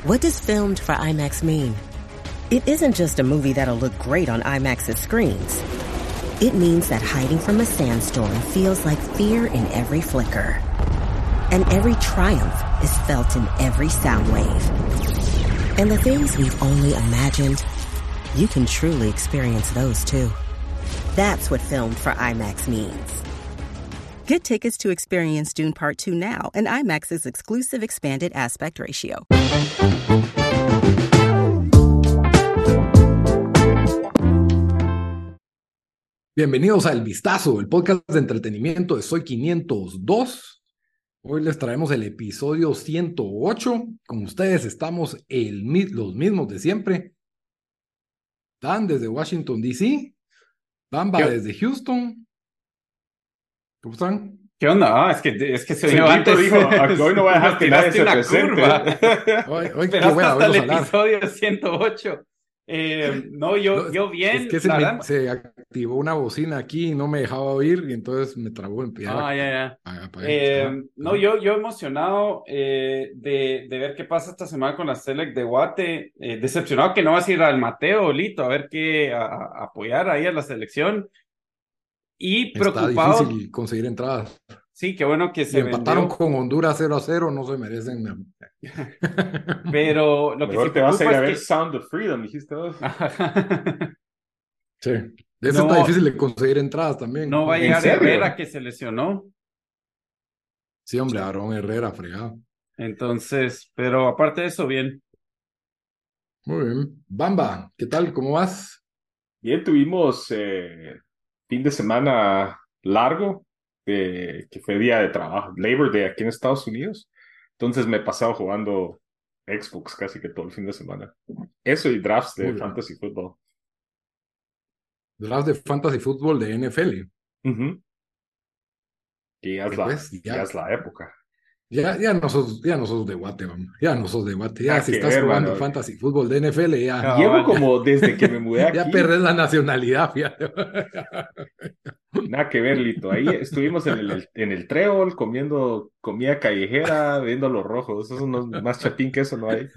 What does filmed for IMAX mean? It isn't just a movie that'll look great on IMAX's screens. It means that hiding from a sandstorm feels like fear in every flicker. And every triumph is felt in every sound wave. And the things we've only imagined, you can truly experience those too. That's what filmed for IMAX means. Get tickets to experience Dune Part 2 now and IMAX's exclusive expanded aspect ratio. Bienvenidos a El Vistazo, el podcast de entretenimiento de Soy 502. Hoy les traemos el episodio 108. Con ustedes estamos los mismos de siempre. Dan desde Washington, D.C. Bamba desde Houston. ¿Cómo están? ¿Qué onda? Es que se vino antes. Dijo, hoy no voy a dejar que nadie se presente. Hoy qué bueno hasta el hablar. episodio 108. Yo bien. Es que se activó una bocina aquí y no me dejaba oír y entonces me trabó en pie. Yo emocionado de ver qué pasa esta semana con la Select de Guate. Decepcionado que no vas a ir al Mateo, Lito, a ver qué, a apoyar ahí a la selección. Y preocupado. Está difícil conseguir entradas. Sí, qué bueno que se empataron con Honduras 0-0, no se merecen. Pero lo mejor que te vas a ir a ver que... Sound of Freedom, dijiste vos. Sí, eso está difícil de conseguir entradas también. No va a llegar Herrera, que se lesionó. Sí, hombre, Aarón Herrera, fregado. Entonces, pero aparte de eso, bien. Muy bien. Bamba, ¿qué tal? ¿Cómo vas? Bien, tuvimos fin de semana largo, que fue día de trabajo, Labor Day aquí en Estados Unidos. Entonces me he pasado jugando Xbox casi que todo el fin de semana. Eso y drafts de fantasy football. Drafts de fantasy football de NFL. Uh-huh. Que ya es la época. Ya no sos de Guate, vamos. Ya no sos de Guate. Ya si estás ver, jugando fantasy fútbol de NFL, ya. Llevo como desde que me mudé aquí. Ya perdés la nacionalidad, fíjate. Nada que ver, Lito. Ahí estuvimos en el trébol comiendo comida callejera, viendo los rojos. Eso no es más chapín que eso, no hay.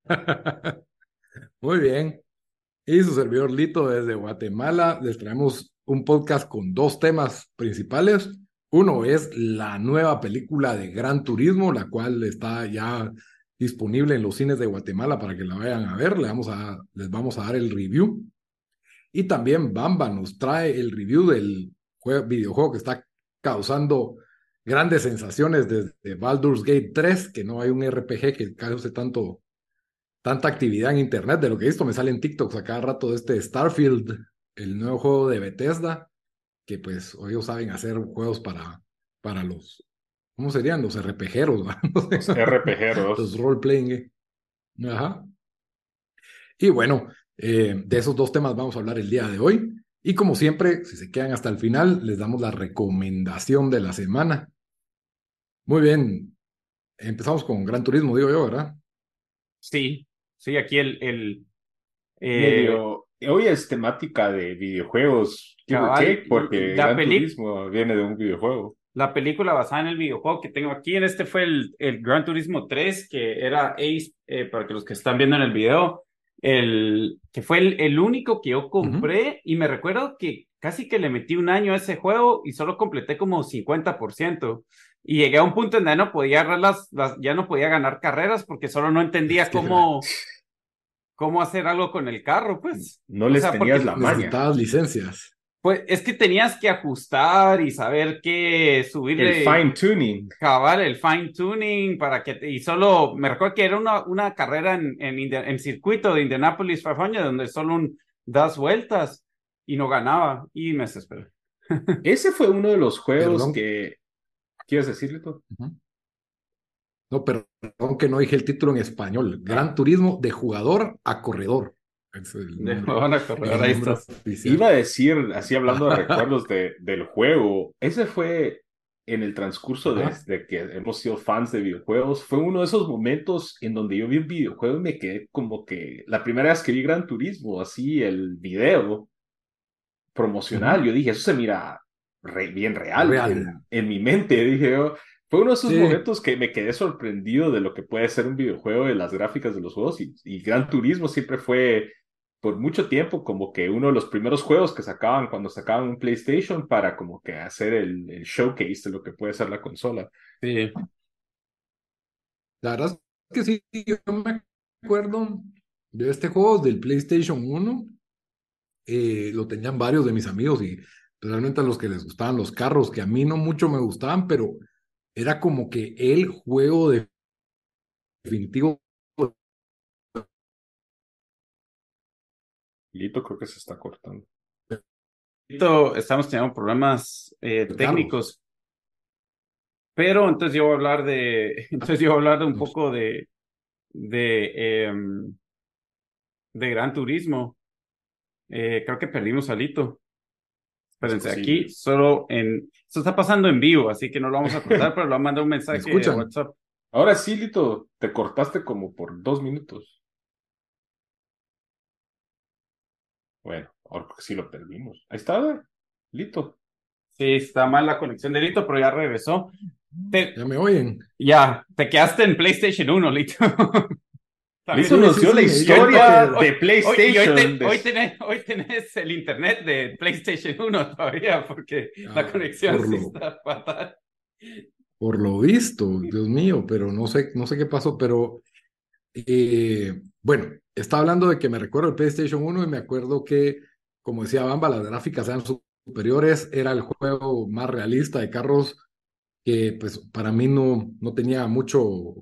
Muy bien. Y su servidor Lito desde Guatemala. Les traemos un podcast con dos temas principales. Uno es la nueva película de Gran Turismo, la cual está ya disponible en los cines de Guatemala para que la vayan a ver. Les vamos a dar el review. Y también Bamba nos trae el review del videojuego que está causando grandes sensaciones desde Baldur's Gate 3, que no hay un RPG que cause tanta actividad en internet. De lo que he visto me salen TikToks a cada rato de este Starfield, el nuevo juego de Bethesda, que pues ellos saben hacer juegos para los, ¿cómo serían? Los RPGeros, ¿verdad? Los RPGeros. Los role-playing. Ajá. Y bueno, de esos dos temas vamos a hablar el día de hoy. Y como siempre, si se quedan hasta el final, les damos la recomendación de la semana. Muy bien. Empezamos con Gran Turismo, digo yo, ¿verdad? Sí, aquí hoy es temática de videojuegos, porque Gran Turismo viene de un videojuego. La película basada en el videojuego que tengo aquí, este fue el Gran Turismo 3, que era Ace, para que los que están viendo en el video, que fue el único que yo compré, y me recuerdo que casi que le metí un año a ese juego y solo completé como 50%. Y llegué a un punto en donde no podía ya no podía ganar carreras porque solo no entendía cómo hacer algo con el carro, pues. No les tenías la maña. Necesitabas licencias. Pues es que tenías que ajustar y saber qué subirle. El fine tuning. Cabal, el fine tuning y solo, me recuerdo que era una carrera en circuito de Indianapolis 500 donde solo das vueltas y no ganaba y me desesperé. Ese fue uno de los juegos que... ¿Quieres decirle tú? No, perdón que no dije el título en español. Gran Turismo de jugador a corredor. Ahí estás. Iba a decir, así hablando de recuerdos del juego, ese fue en el transcurso de que hemos sido fans de videojuegos, fue uno de esos momentos en donde yo vi un videojuego y me quedé como que la primera vez que vi Gran Turismo, así el video promocional, yo dije, eso se mira bien real. En mi mente, dije yo, Fue uno de esos Sí, momentos que me quedé sorprendido de lo que puede ser un videojuego, de las gráficas de los juegos, y Gran Turismo siempre fue por mucho tiempo como que uno de los primeros juegos que sacaban cuando sacaban un PlayStation para como que hacer el showcase de lo que puede ser la consola. Sí. la verdad es que sí, yo me acuerdo de este juego del PlayStation 1, lo tenían varios de mis amigos y realmente a los que les gustaban los carros, que a mí no mucho me gustaban, pero era como que el juego definitivo Lito creo que se está cortando. Estamos teniendo problemas de carros. técnicos, pero entonces yo voy a hablar de, entonces yo voy a hablar de un No, poco de, de Gran Turismo. Creo que perdimos a Lito. Es Espérense, aquí posible. solo esto está pasando en vivo, así que no lo vamos a cortar, pero le voy a mandar un ¿me mensaje de escuchan? WhatsApp. Ahora sí, Lito, te cortaste como por 2 minutos. Bueno, ahora creo que sí lo perdimos. Ahí está, Lito. Sí, está mal la conexión de Lito, pero ya regresó. ¿Ya me oyen? Ya, te quedaste en PlayStation 1, Lito. Está bien. Lito Sí, nos sí, dio sí, la me di cuenta Hoy, historia que... hoy, de PlayStation. hoy tenés el internet de PlayStation 1 todavía, porque la conexión por sí lo, está fatal. por lo visto, Dios mío, pero no sé qué pasó, pero bueno, estaba hablando de que me recuerdo el PlayStation 1 y me acuerdo que, como decía Bamba, las gráficas eran superiores, era el juego más realista de carros que pues para mí no tenía mucho,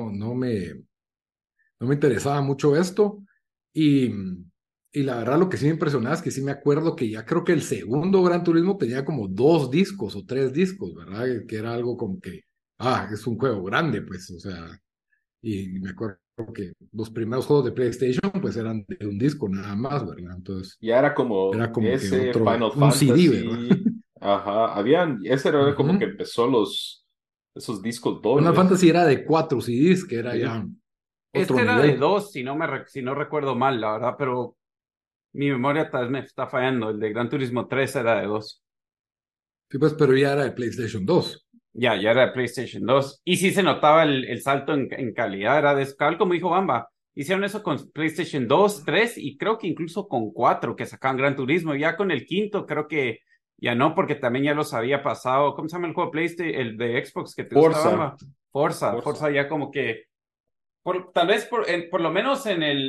no me interesaba mucho esto y, y la verdad lo que sí me impresionaba es que sí me acuerdo que ya creo que el segundo Gran Turismo tenía como 2 discos o 3 discos, ¿verdad? Que era algo como que, es un juego grande, pues, o sea, y me acuerdo que los primeros juegos de PlayStation pues eran de un disco nada más, ¿verdad? Entonces Ya era como era como que ese otro, Final un CD, ¿verdad? Fantasy. Ajá, ese era como que Ujú. empezó esos discos Final dobles. Fantasy era de 4 CDs, que era Sí. ya otro Este era de nivel. 2, si no recuerdo mal, la verdad, pero mi memoria tal vez me está fallando. El de Gran Turismo 3 era de 2. Sí, pues, pero ya era de PlayStation 2. Ya era de PlayStation 2. Y sí se notaba el salto en calidad, era de escala, como dijo Bamba. Hicieron eso con PlayStation 2, 3 y creo que incluso con 4 que sacaban Gran Turismo. Ya con el quinto creo que ya no, porque también ya los había pasado. ¿Cómo se llama el juego de PlayStation? El de Xbox que te gusta, Forza, Bamba. Forza. Forza. Forza ya como que, tal vez por lo menos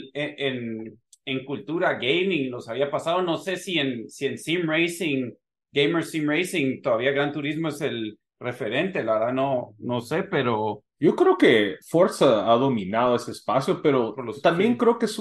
en cultura gaming los había pasado. No sé si en Sim Racing, Gamer Sim Racing, todavía Gran Turismo es el referente, la verdad no sé, pero Yo creo que Forza ha dominado ese espacio, pero por los, también sí, creo que es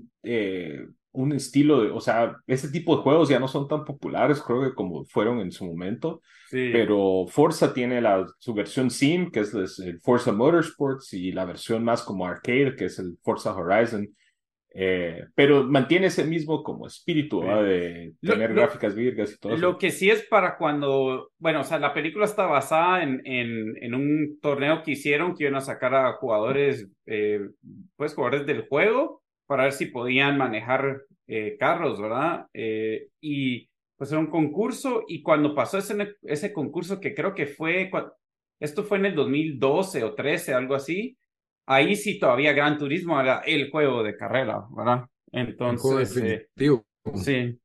un estilo o sea, ese tipo de juegos ya no son tan populares, creo que como fueron en su momento, sí. pero Forza tiene su versión Sim, que es el Forza Motorsports, y la versión más como arcade, que es el Forza Horizon, pero mantiene ese mismo como espíritu, ¿va? Sí. De Lo, tener lo, gráficas virgas y todo eso. lo que sí es para cuando, bueno, o sea, la película está basada en un torneo que hicieron que iban a sacar a jugadores, pues jugadores del juego para ver si podían manejar carros, ¿verdad? Y pues era un concurso y cuando pasó ese concurso que creo que esto fue en el 2012 o 13, algo así, ahí sí todavía Gran Turismo era el juego de carrera, ¿verdad? El juego Entonces, definitivo. sí.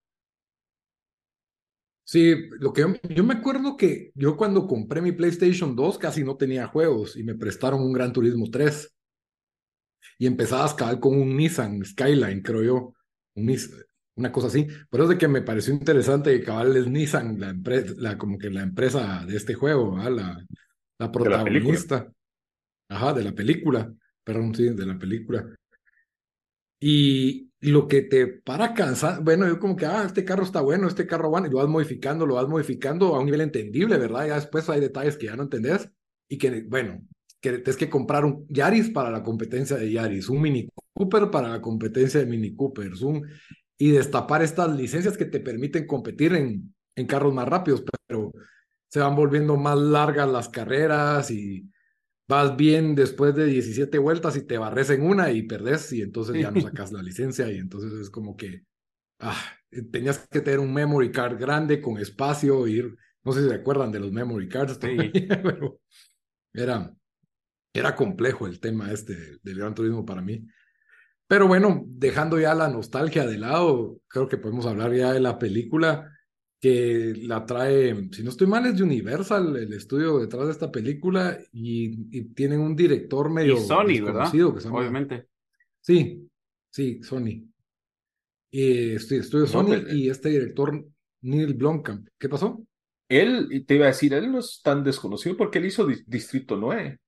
Sí, lo que yo me acuerdo que yo cuando compré mi PlayStation 2 casi no tenía juegos y me prestaron un Gran Turismo 3 y empezabas cabal con un Nissan Skyline, creo yo, una cosa así. Pero es de que me pareció interesante que cabal es Nissan, la empresa, como que la empresa de este juego, ¿verdad? La De la película. protagonista, ajá, de la película, perdón, sí, de la película. Y lo que te para cansar, bueno, yo como que, este carro está bueno, este carro bueno, y lo vas modificando a un nivel entendible, ¿verdad? Ya después hay detalles que ya no entendés y que, bueno, que tienes que comprar un Yaris para la competencia de Yaris, un Mini Cooper para la competencia de Mini Coopers, y destapar estas licencias que te permiten competir en carros más rápidos, pero se van volviendo más largas las carreras y vas bien después de 17 vueltas y te barres en una y perdés y entonces ya no sacas la licencia y entonces es como que tenías que tener un memory card grande con espacio, ir No sé si se acuerdan de los memory cards todavía, Sí. pero era complejo el tema del Gran Turismo para mí. Pero bueno, dejando ya la nostalgia de lado, creo que podemos hablar ya de la película que la trae, si no estoy mal, es de Universal, el estudio detrás de esta película, y tienen un director Y medio Sony, ¿verdad? desconocido que se llama... Obviamente. Sí, sí, Sony. Estudio No, Sony pero y este director Neil Blomkamp. ¿Qué pasó? él, te iba a decir, él no es tan desconocido porque él hizo Distrito 9.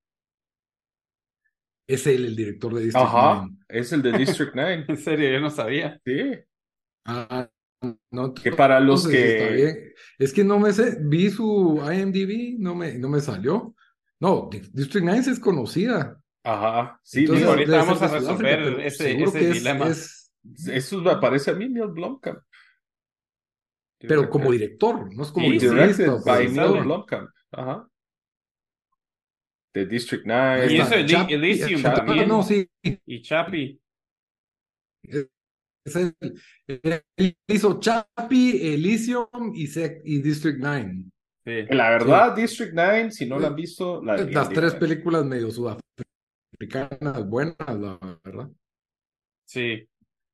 Es él el director de District Ajá, 9. es el de District 9. En serio, yo no sabía. Sí, Ah, no, que para los entonces está que... bien. Es que no me sé, vi su IMDb, no me salió. No, District 9 sí es conocida. Ajá, sí, Entonces Entonces digo, ahorita debe ser vamos a de Sudáfrica, resolver pero ese, seguro ese que dilema. eso me parece a mí, Neil Blomkamp. pero como Directed, director, no es como Sí, sí, guionista directed o by sí Neil sale. productor. Blomkamp. Ajá. De District Ahí 9, Y eso está, Chappie. Elysium Entonces, no, también. sí, Y Chappie. es él. Él hizo Chappie, Elysium y District 9. Sí, la Sí. verdad, District 9, si no la han visto, la deberían Las de ir a tres ver. películas medio sudafricanas buenas, la verdad. sí.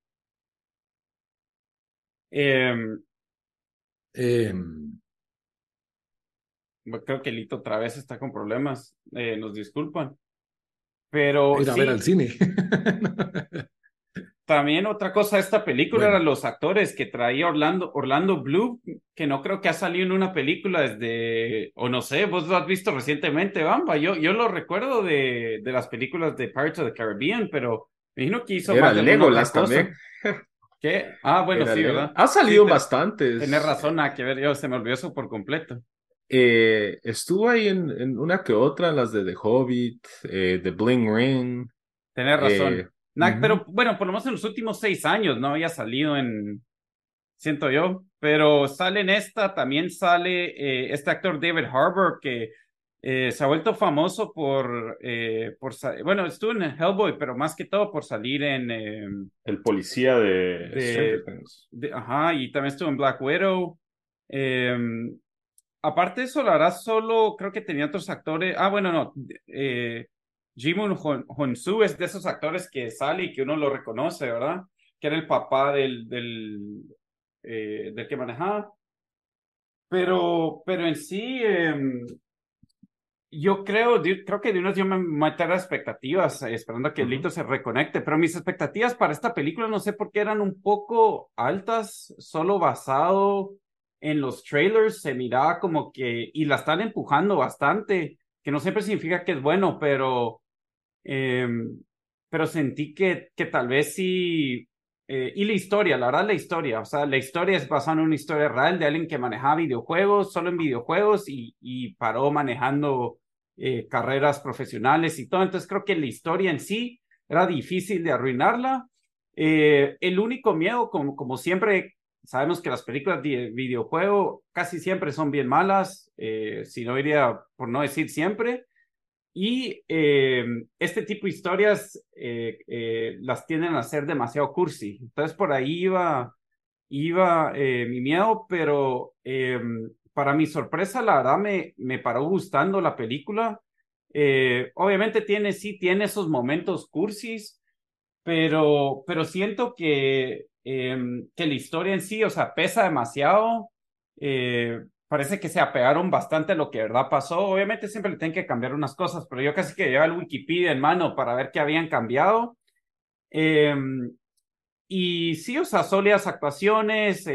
Em, Eh, Creo que Lito otra vez está con problemas. Nos disculpan. Pero Ir a ver al sí, cine. también otra cosa de esta película Bueno, eran los actores que traía Orlando Bloom, que no creo que ha salido en una película desde, o no sé, vos lo has visto recientemente, Bamba. Yo lo recuerdo de las películas de Pirates of the Caribbean, pero me imagino que hizo Era más de alguna otra Legolas también. cosa. ¿Qué? Ah, bueno, Era sí, Legolas. ¿verdad? Ha Sí, salido tenés bastantes. razón, nada que ver, yo se me olvidó eso por completo. Estuvo ahí en una que otra, las de The Hobbit, The Bling Ring. Tenés razón. eh, ujú. Pero bueno, por lo menos en los últimos 6 años no había salido siento yo, pero sale en esta, también sale este actor David Harbour que se ha vuelto famoso bueno, estuvo en Hellboy, pero más que todo por salir el policía de Stranger de, Things. ajá, y también estuvo en Black Widow. Eh, Aparte de eso, la verdad, solo creo que tenía otros actores. Ah, bueno, no. Jimun Honsu es de esos actores que sale y que uno lo reconoce, ¿verdad? Que era el papá del que manejaba. Pero en sí, creo que de unos yo me maté las expectativas, esperando a que Ujú. Lito se reconecte. Pero mis expectativas para esta película no sé por qué eran un poco altas, solo basado en los trailers, se miraba como que, y la están empujando bastante, que no siempre significa que es bueno, eh, pero sentí que tal vez sí, y la historia, la verdad la historia, o sea, la historia es basada en una historia real de alguien que manejaba videojuegos, solo en videojuegos, y paró manejando carreras profesionales y todo, entonces creo que la historia en sí era difícil de arruinarla. El único miedo, como siempre, sabemos que las películas de videojuego casi siempre son bien malas, si no diría, por no decir siempre. Y este tipo de historias las tienden a ser demasiado cursi. Entonces por ahí iba mi miedo, pero para mi sorpresa, la verdad me paró gustando la película. Obviamente sí tiene esos momentos cursis, pero siento que la historia en sí, o sea, pesa demasiado. Parece que se apegaron bastante a lo que de verdad pasó. Obviamente siempre le tienen que cambiar unas cosas, pero yo casi que llevaba el Wikipedia en mano para ver qué habían cambiado. Eh, y sí, o sea, sólidas actuaciones,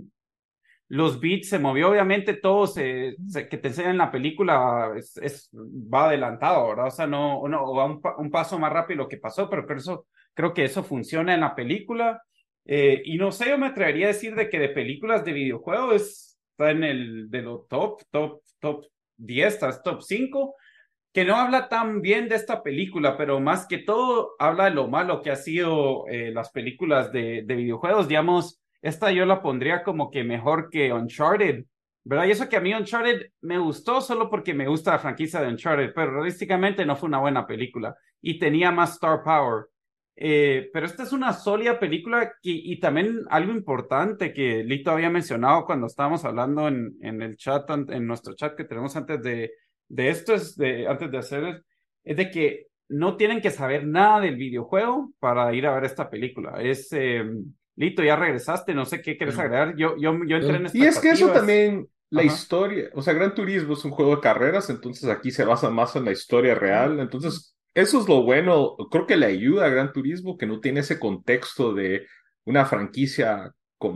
los beats se movió, obviamente todo que te enseñan en la película va adelantado, ¿verdad? O sea, no va un paso más rápido lo que pasó, pero creo que eso funciona en la película. Y no sé, yo me atrevería a decir de que de películas de videojuegos está en el de los top 10, está top 5 que no habla tan bien de esta película, pero más que todo habla de lo malo que ha sido las películas de videojuegos. Digamos, esta yo la pondría como que mejor que Uncharted, ¿verdad? Y eso que a mí Uncharted me gustó solo porque me gusta la franquicia de Uncharted, pero realísticamente no fue una buena película y tenía más star power. Pero esta es una sólida película y también algo importante que Lito había mencionado cuando estábamos hablando en el chat, en nuestro chat que tenemos antes de esto, antes de hacer, es de que no tienen que saber nada del videojuego para ir a ver esta película. Lito, ya regresaste, no sé qué quieres agregar. Yo entré en Y es que eso expectativas. también, la Ajá. historia, o sea, Gran Turismo es un juego de carreras, entonces aquí se basa más en la historia real, entonces eso es lo bueno, creo que le ayuda a Gran Turismo que no tiene ese contexto de una franquicia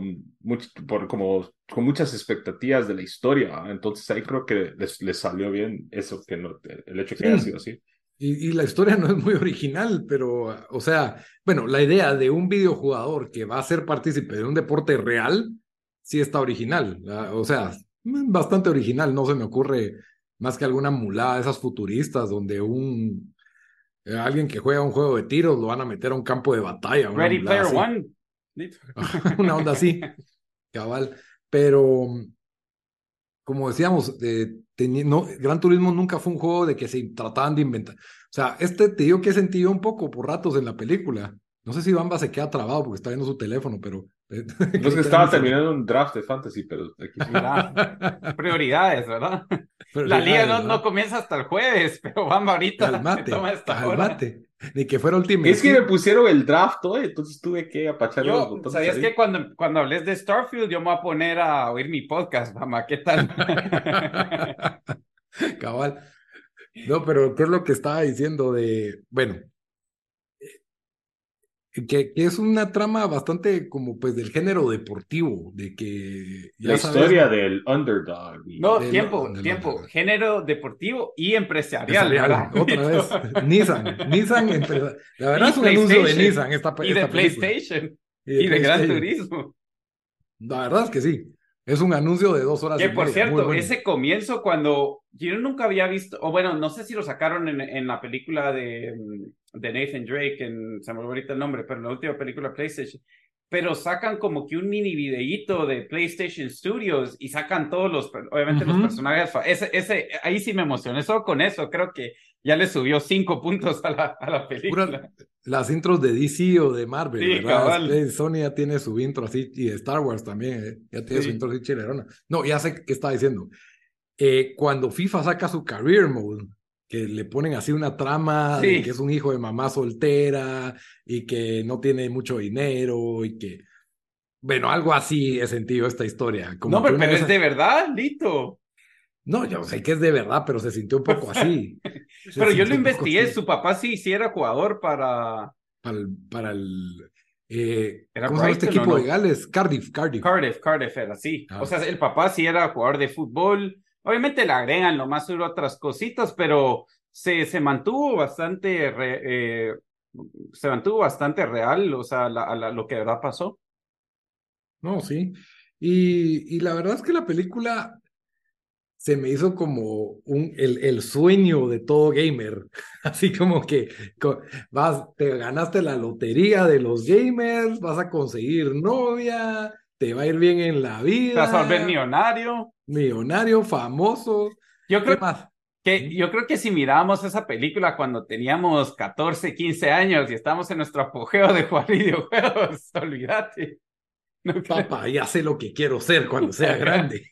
con muchas expectativas de la historia, ¿va? Entonces ahí creo que les salió bien eso, que no, el hecho que haya sido Sí, así. y la historia no es muy original, pero, o sea, bueno, la idea de un videojugador que va a ser partícipe de un deporte real, sí está original. O sea, bastante original. No se me ocurre más que alguna mulada de esas futuristas donde alguien que juega un juego de tiros lo van a meter a un campo de batalla, una Ready mulada Player así. One. Lito. Una onda así, cabal. Pero como decíamos, no, Gran Turismo nunca fue un juego de que se trataban de inventar. O sea, te digo que he sentido un poco por ratos en la película. No sé si Bamba se queda trabado porque está viendo su teléfono, pero No es creí que que era mi estaba celular. terminando un draft de fantasy, pero aquí sí. Mira, prioridades, ¿verdad? La liga Prioridades, no ¿verdad? comienza hasta el jueves, pero Bamba ahorita se Calmate, toma esta hora. cálmate. Ni que fuera Ultimate Es que me Team. pusieron el draft hoy, entonces tuve que apachar los Yo, botones ¿sabías ahí. que cuando hables de Starfield, yo me voy a poner a oír mi podcast, mamá? ¿Qué tal? Cabal. No, pero ¿qué es lo que estaba diciendo bueno, que es una trama bastante como pues del género deportivo, de que La ya sabes historia del underdog. No, del, del tiempo. underdog. Género deportivo y empresarial, Empresarial, ¿verdad? otra vez. Nissan, la verdad Y es un anuncio de PlayStation. Nissan Y de esta película. PlayStation. Y de Y de Gran PlayStation. Turismo. La verdad es que sí. Es un anuncio de 2 horas Que y por media, muy cierto, bueno. ese comienzo cuando yo nunca había visto, o bueno, no sé si lo sacaron en la película de Nathan Drake, se me olvidó ahorita el nombre, pero en la última película de PlayStation, pero sacan como que un mini videíto de PlayStation Studios y sacan todos obviamente los Ujú. personajes, ahí sí me emocioné, solo con eso creo que ya le subió 5 puntos a la Pura, película. las intros de DC o de Marvel, Sí, ¿verdad? cabal, Sony ya tiene su intro así, y de Star Wars también, ya tiene su sí, intro así chilerona. No, ya sé qué está diciendo. Cuando FIFA saca su Career Mode, que le ponen así una trama de que es sí. un hijo de mamá soltera y que no tiene mucho dinero y que, bueno, algo así he sentido esta historia, No, como que una pero de es de esas, verdad, Lito. no, yo sé que es de verdad, pero se sintió un poco así, se Pero yo lo sintió un poco investigué, así, su papá sí era jugador ¿era ¿cómo se llama este Brighton o equipo de no? Gales? Cardiff. Cardiff era así. O Ah, sea, el papá sí era jugador de fútbol. Obviamente le agregan lo más duro otras cositas, pero se mantuvo se mantuvo bastante real, o sea, lo que de verdad pasó. no, sí. Y la verdad es que la película se me hizo como el sueño de todo gamer. Así como que te ganaste la lotería de los gamers, vas a conseguir novia, te va a ir bien en la Te vas a volver vida, millonario. millonario, famoso. Yo ¿Qué creo más? ¿Mm? yo creo que si mirábamos esa película cuando teníamos 14 15 años y estábamos en nuestro apogeo de jugar videojuegos, olvídate. No creo. Papá, ya sé lo que quiero ser cuando sea grande.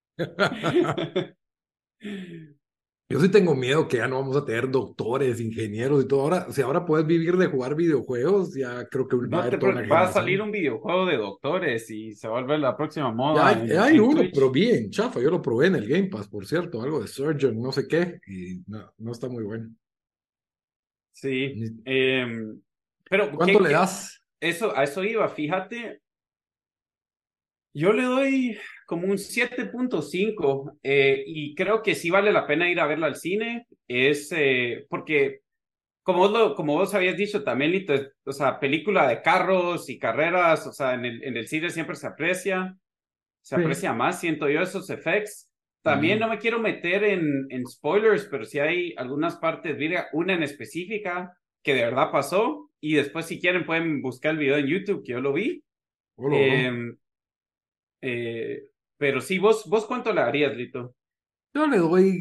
Yo sí tengo miedo que ya no vamos a tener doctores, ingenieros y todo. Ahora, si ahora puedes vivir de jugar videojuegos, ya creo que va a No te haber toda una va a salir generación. un videojuego de doctores y se va a volver la próxima Ya moda hay en uno, pero Twitch. bien, chafa. Yo lo probé en el Game Pass, por cierto, algo de Surgeon, no sé qué, y no, no está muy bueno. Sí. Pero ¿Cuánto le das? a eso iba, fíjate. Yo le doy como un 7.5 y creo que sí vale la pena ir a verla al cine. Porque como vos habías dicho también, Lito, o sea, película de carros y carreras, o sea, en el cine siempre se Sí. aprecia más, siento yo, esos effects. También no Ujú. me quiero meter en spoilers, pero sí hay algunas partes, mira, una en específica que de verdad pasó, y después si quieren pueden buscar el video en YouTube, que yo lo vi. Olo, olo. Eh, eh, pero sí, vos ¿cuánto le darías, Lito? Yo le doy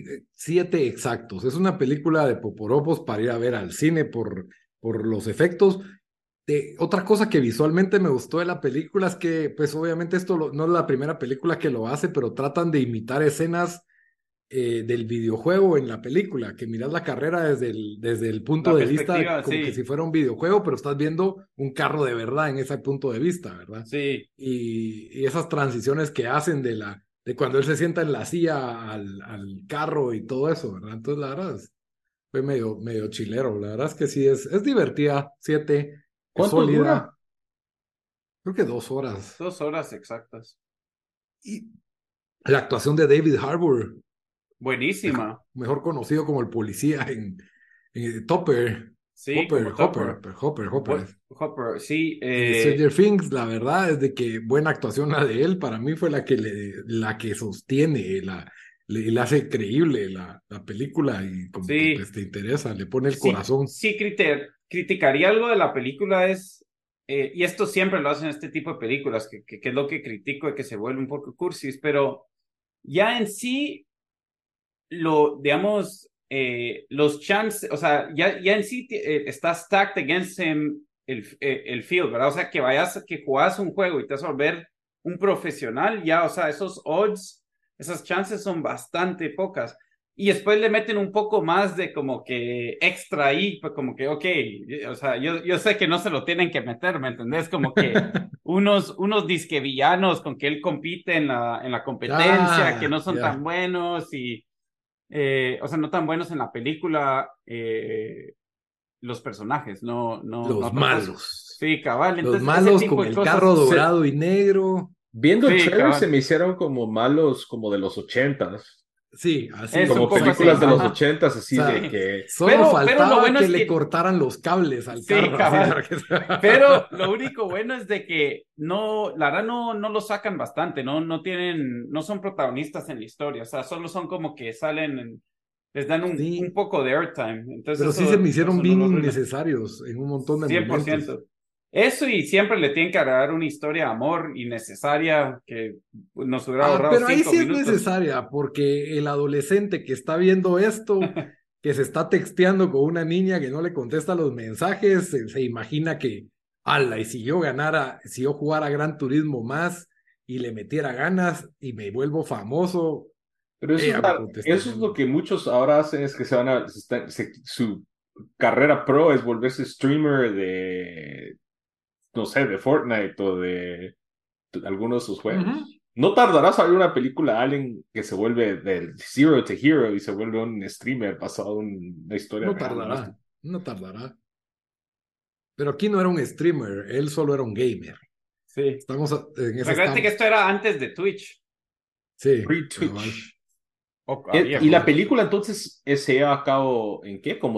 7 exactos. Es una película de poporopos para ir a ver al cine por los efectos. Otra cosa que visualmente me gustó de la película es que, pues obviamente no es la primera película que lo hace, pero tratan de imitar escenas del videojuego en la película, que miras la carrera desde el punto La de vista perspectiva, como que sí, si fuera un videojuego, pero estás viendo un carro de verdad en ese punto de vista, ¿verdad? sí. Y esas transiciones que hacen de cuando él se sienta en la silla al carro y todo eso, ¿verdad? Entonces la verdad fue medio chilero, la verdad es que sí, es divertida, 7, es ¿Cuánto dura? sólida, creo que 2 horas. 2 horas exactas. Y la actuación de David Harbour, Buenísima. mejor conocido como el policía en Topper, Sí, como Topper. Hopper. Hopper, sí. En Stranger Things, la verdad es de que buena actuación la de él, para mí fue la que sostiene, le hace creíble la película y como que Sí, pues te interesa, le pone el sí, corazón. sí, criticaría algo de la película y esto siempre lo hacen este tipo de películas, que es lo que critico, de que se vuelve un poco cursis, pero ya en sí, digamos, los chances, o sea, ya en sí está stacked against him el field, ¿verdad? O sea, que jugás un juego y te vas a volver un profesional, ya, o sea, esos odds, esas chances son bastante pocas. Y después le meten un poco más de como que extra ahí, pues como que, ok, o sea, yo sé que no se lo tienen que meter, ¿me entendés? Como que unos disque villanos con que él compite en la competencia, que no son tan Ya. buenos o sea, no tan buenos en la película, los personajes, no Los otra cosa. malos. Sí, cabal, Los entonces ese malos tipo con de el cosas, carro Se- dorado y negro. Viendo el sí, trailer se cabal, me hicieron como malos, como de los 80s. Sí, así es un Como es. poco Sí, así, películas de cabal. los ajá, 80s, O así de sea, sí, que... solo pero lo faltaba bueno que es le que, cortaran los cables al sí, carro, así cabal, para que... pero lo único bueno es de que no, la verdad no lo sacan bastante, no son protagonistas en la historia, o sea, solo son como que les dan un Sí, poco de airtime, entonces pero sí se me hicieron eso no bien lo arruina. innecesarios en un montón de cien por momentos. ciento Eso y siempre le tienen que agregar una historia de amor innecesaria que nos hubiera Ah, ahorrado pero ahí cinco sí es minutos. necesaria, porque el adolescente que está viendo esto, que se está texteando con una niña que no le contesta los mensajes, se imagina que, ala, y si yo jugara Gran Turismo más y le metiera ganas y me vuelvo famoso, Pero ella me contesta eso es lo diciendo, que muchos ahora hacen, es que su carrera pro es volverse streamer de, no sé, de Fortnite o de algunos de sus "Ujú, juegos. No tardará a salir una película de alguien que se vuelve del Zero to Hero y se vuelve un streamer basado en una historia no real. ¿No? tardará, no tardará. Pero aquí no era un streamer, él solo era un gamer. Sí. En esa Recuerda que estamos. esto era antes de Twitch. Sí, cabal. Pre-Twitch. O había Y la como. película entonces se lleva a cabo en qué? Como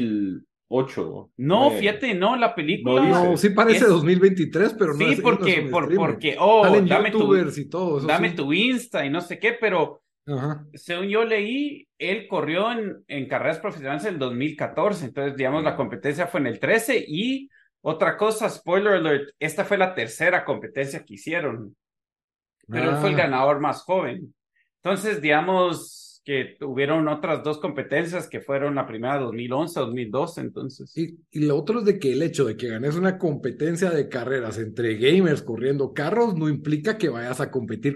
2008, No, 9. fíjate, no, la No película No, dice. sí parece es. 2023, pero Sí, él no es porque, un streamer. oh, Salen youtubers y todo, eso dame sí. tu Insta y no sé qué, pero Ajá. según yo leí, él corrió en carreras profesionales en el 2014, entonces, digamos, la competencia fue en el 13 y otra cosa, spoiler alert, esta fue la tercera competencia que hicieron, pero él fue el Ah, ganador más joven. Entonces, digamos que hubieron otras dos competencias que fueron la primera 2011, 2012, entonces. y lo otro es de que el hecho de que ganes una competencia de carreras entre gamers corriendo carros no implica que vayas a competir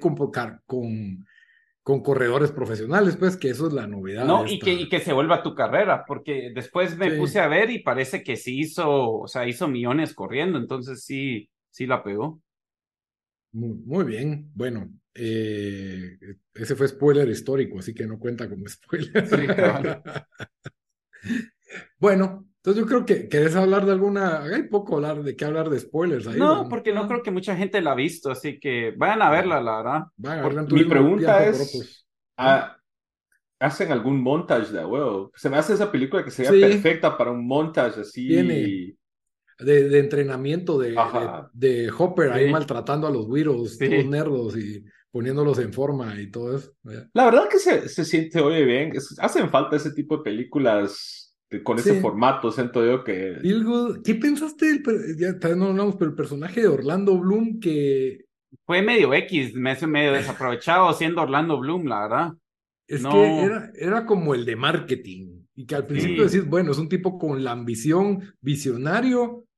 con corredores profesionales, pues que eso es la novedad No, de y esta. que se vuelva tu carrera, porque después me puse Sí, a ver y parece que sí o sea, hizo millones corriendo, entonces sí la pegó. muy bien. Bueno, ese fue spoiler histórico, así que no cuenta como spoiler. Sí, cabal. Bueno, entonces yo creo que querés hablar de alguna. Hay poco hablar de qué hablar de spoilers ahí, No, ¿verdad? porque no creo que mucha gente la ha visto, así que vayan a verla, la verdad. Van a ver Por- Gran Mi Turismo pregunta tiempo por es, otros. ¿Ah? ah, ¿hacen algún montage de huevo? Se me hace esa película que sería Sí, perfecta para un montage tiene así. de entrenamiento Ajá. de Hopper ahí Sí, maltratando a los güiros, todos sí, nerdos y poniéndolos en forma y todo eso. ¿Verdad? La verdad que se siente, oye, bien. Hacen falta ese tipo de películas con ese Sí. formato, siento yo que... Feel Good. ¿Qué pensaste ya tal vez no hablamos, pero el personaje de Orlando Bloom que fue medio X, me hace medio desaprovechado siendo Orlando Bloom, la verdad. es que No, era como el de marketing y que al principio sí, decís, bueno, es un tipo con la ambición visionario,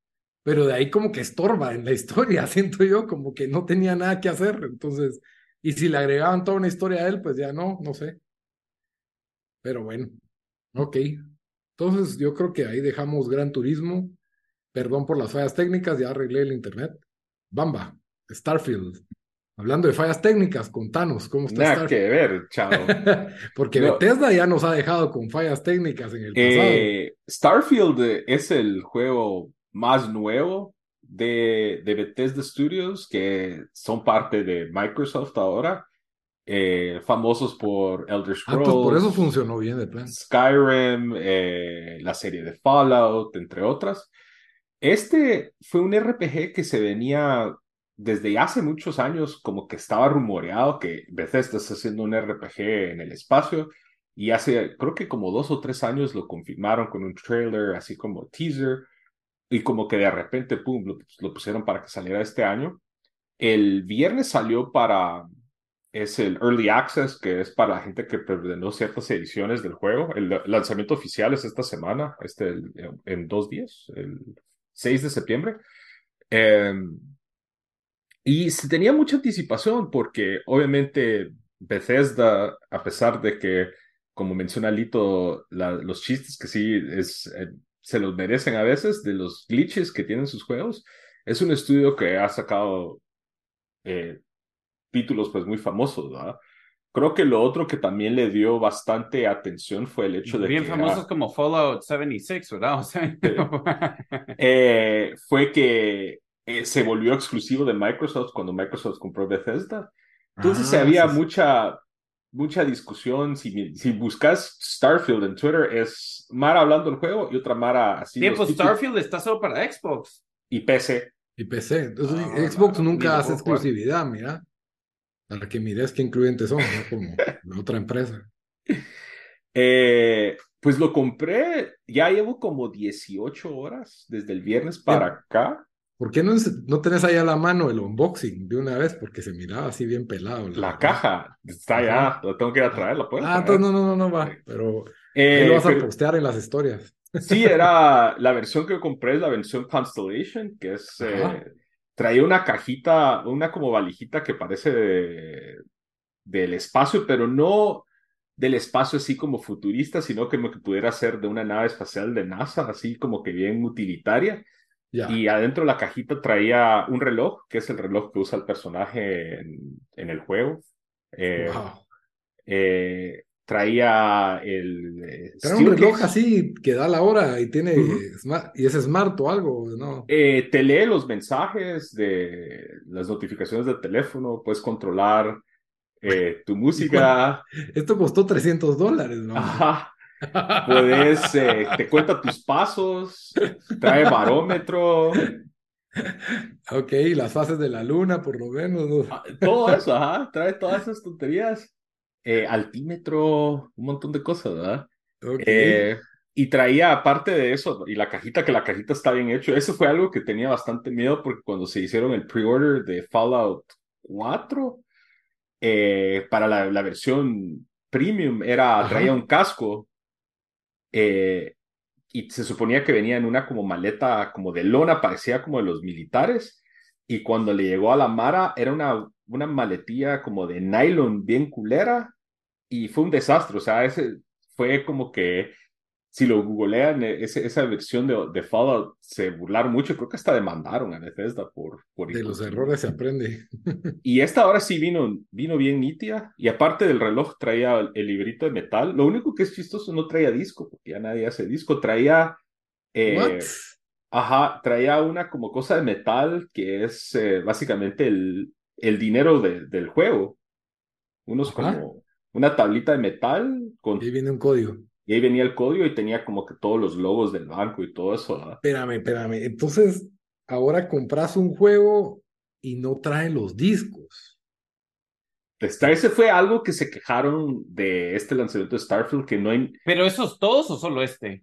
pero de ahí como que estorba en la historia, siento yo, como que no tenía nada que hacer, entonces, y si le agregaban toda una historia a él, pues ya no sé, pero bueno, ok. Entonces yo creo que ahí dejamos Gran Turismo, perdón por las fallas técnicas, ya arreglé el internet. Bamba, Starfield. Hablando de fallas técnicas, contanos, ¿cómo está Nada Starfield? que ver, chavo. Porque No, Bethesda ya nos ha dejado con fallas técnicas en el pasado. Starfield es el juego más nuevo de Bethesda Studios, que son parte de Microsoft ahora, famosos por Elder Ah, pues por eso Scrolls, funcionó bien de plan. Skyrim, la serie de Fallout, entre otras. Este fue un RPG que se venía desde hace muchos años, como que estaba rumoreado que Bethesda está haciendo un RPG en el espacio, y hace, creo que como 2 o 3 años lo confirmaron con un trailer, así como teaser, y como que de repente, pum, lo pusieron para que saliera este año. El viernes salió es el Early Access, que es para la gente que preordenó ciertas ediciones del juego. El lanzamiento oficial es esta semana, en 2 días, el 6 de septiembre. Eh, y se tenía mucha anticipación porque obviamente Bethesda, a pesar de que, como menciona Lito, los chistes que sí se los merecen a veces de los glitches que tienen sus juegos, es un estudio que ha sacado eh, títulos pues muy famosos, ¿verdad? Creo que lo otro que también le dio bastante atención fue el hecho de Bien que famosos como Fallout 76, ¿verdad? O sea, fue que se volvió exclusivo de Microsoft cuando Microsoft compró Bethesda. Entonces Ah, había sí, sí. mucha discusión. Si buscas Starfield en Twitter, es Mara hablando del juego y otra Mara así Bien, los pues típicos Starfield está solo para Xbox. y PC. Y PC. Ah, Entonces, Xbox ni nunca lo hace puedo jugar. exclusividad, mira, para que mires qué incluyentes son, no como la otra empresa. Pues lo compré, ya llevo como 18 horas desde el viernes Eh, para acá. ¿Por qué no tenés ahí a la mano el unboxing de una vez? Porque se miraba así bien pelado, la La verdad. caja está Ajá. ya, la tengo que ir a traer, la puedo Entonces traer. no va, pero ahí lo vas a Pero postear en las historias. sí, era la versión que compré, es la versión Constellation, que es, Ajá. traía una cajita, una como valijita que parece del espacio, pero no del espacio así como futurista, sino como que pudiera ser de una nave espacial de NASA, así como que bien utilitaria. Ya. Y adentro de la cajita traía un reloj, que es el reloj que usa el personaje en el juego. Eh, Wow. Traía el Trae un reloj SteelCase. así que da la hora y tiene Ujú. y es smart o algo, ¿no? Te lee los mensajes de las notificaciones del teléfono, puedes controlar tu ¿Y cuánto? música. Esto costó $300, vamos. Ajá. Puedes, te cuenta tus pasos, trae barómetro, Ok, las fases de la luna, por lo menos, ¿no? todo eso, ajá, trae todas esas tonterías. Altímetro, un montón de cosas, ¿verdad? Ok. Eh, y traía, aparte de eso, y la cajita, que la cajita está bien hecho, eso fue algo que tenía bastante miedo porque cuando se hicieron el pre-order de Fallout 4, para la versión premium, traía Ajá. un casco, eh, y se suponía que venía en una como maleta como de lona, parecía como de los militares, y cuando le llegó a la Mara era una maletilla como de nylon bien culera, y fue un desastre. O sea, ese fue como que si lo googlean, esa versión de Fallout se burlaron mucho, creo que hasta demandaron a Bethesda por De los incumplimiento. errores se aprende. Y esta ahora sí vino bien nítida, y aparte del reloj traía el librito de metal. Lo único que es chistoso, no traía disco, porque ya nadie hace disco. What? Eh, traía una como cosa de metal que es básicamente el dinero del juego. Unos Ajá. como una tablita de metal Y ahí viene un código. y ahí venía el código y tenía como que todos los logos del banco y todo eso, ¿verdad? Espérame. Entonces, ahora compras un juego y no trae los discos. Ese fue algo que se quejaron de este lanzamiento de Starfield, que no hay, ¿Pero esos todos o solo este?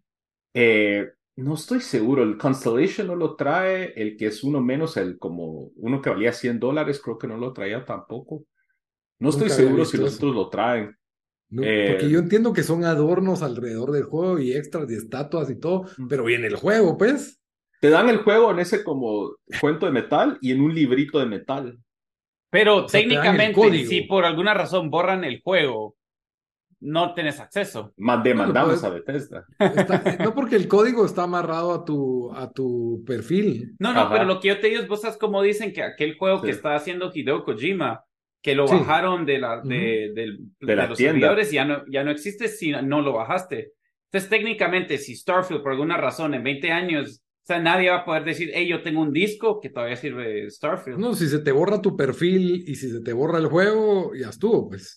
no estoy seguro, el Constellation no lo trae, el que es uno menos, el como uno que valía $100, creo que no lo traía tampoco. No estoy Nunca había seguro si visto los eso. otros lo traen. Porque Eh, yo entiendo que son adornos alrededor del juego y extras y estatuas y todo, pero viene el juego, pues. te dan el juego en ese como cuento de metal y en un librito de metal. Pero O sea, te dan el técnicamente, código. si por alguna razón borran el juego, no tenés acceso. Demandamos puedes- a Bethesda. no porque el código está amarrado a tu perfil. No, pero Ajá, lo que yo te digo es, vos sabes cómo dicen que aquel juego sí, que está haciendo Hideo Kojima, que lo Sí. bajaron Ujú. de de la los tienda. servidores, ya no existe si no lo bajaste. Entonces, técnicamente, si Starfield, por alguna razón, en 20 años, o sea, nadie va a poder decir, hey, yo tengo un disco que todavía sirve Starfield. No, si se te borra tu perfil y si se te borra el juego, ya estuvo, pues.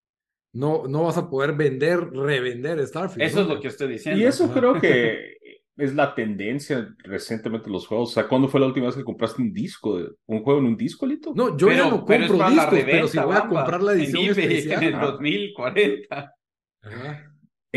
No vas a poder revender Starfield Eso es lo nunca. que estoy Y diciendo. eso Ajá. creo que es la tendencia recientemente en los juegos. O sea, ¿cuándo fue la última vez que compraste un disco? ¿Un juego en un disco, Lito? No, yo ya no Pero es compro para la discos, pero si reventa, voy a comprar Bamba, la en edición eBay en el especial. Ah. 2040. Ajá.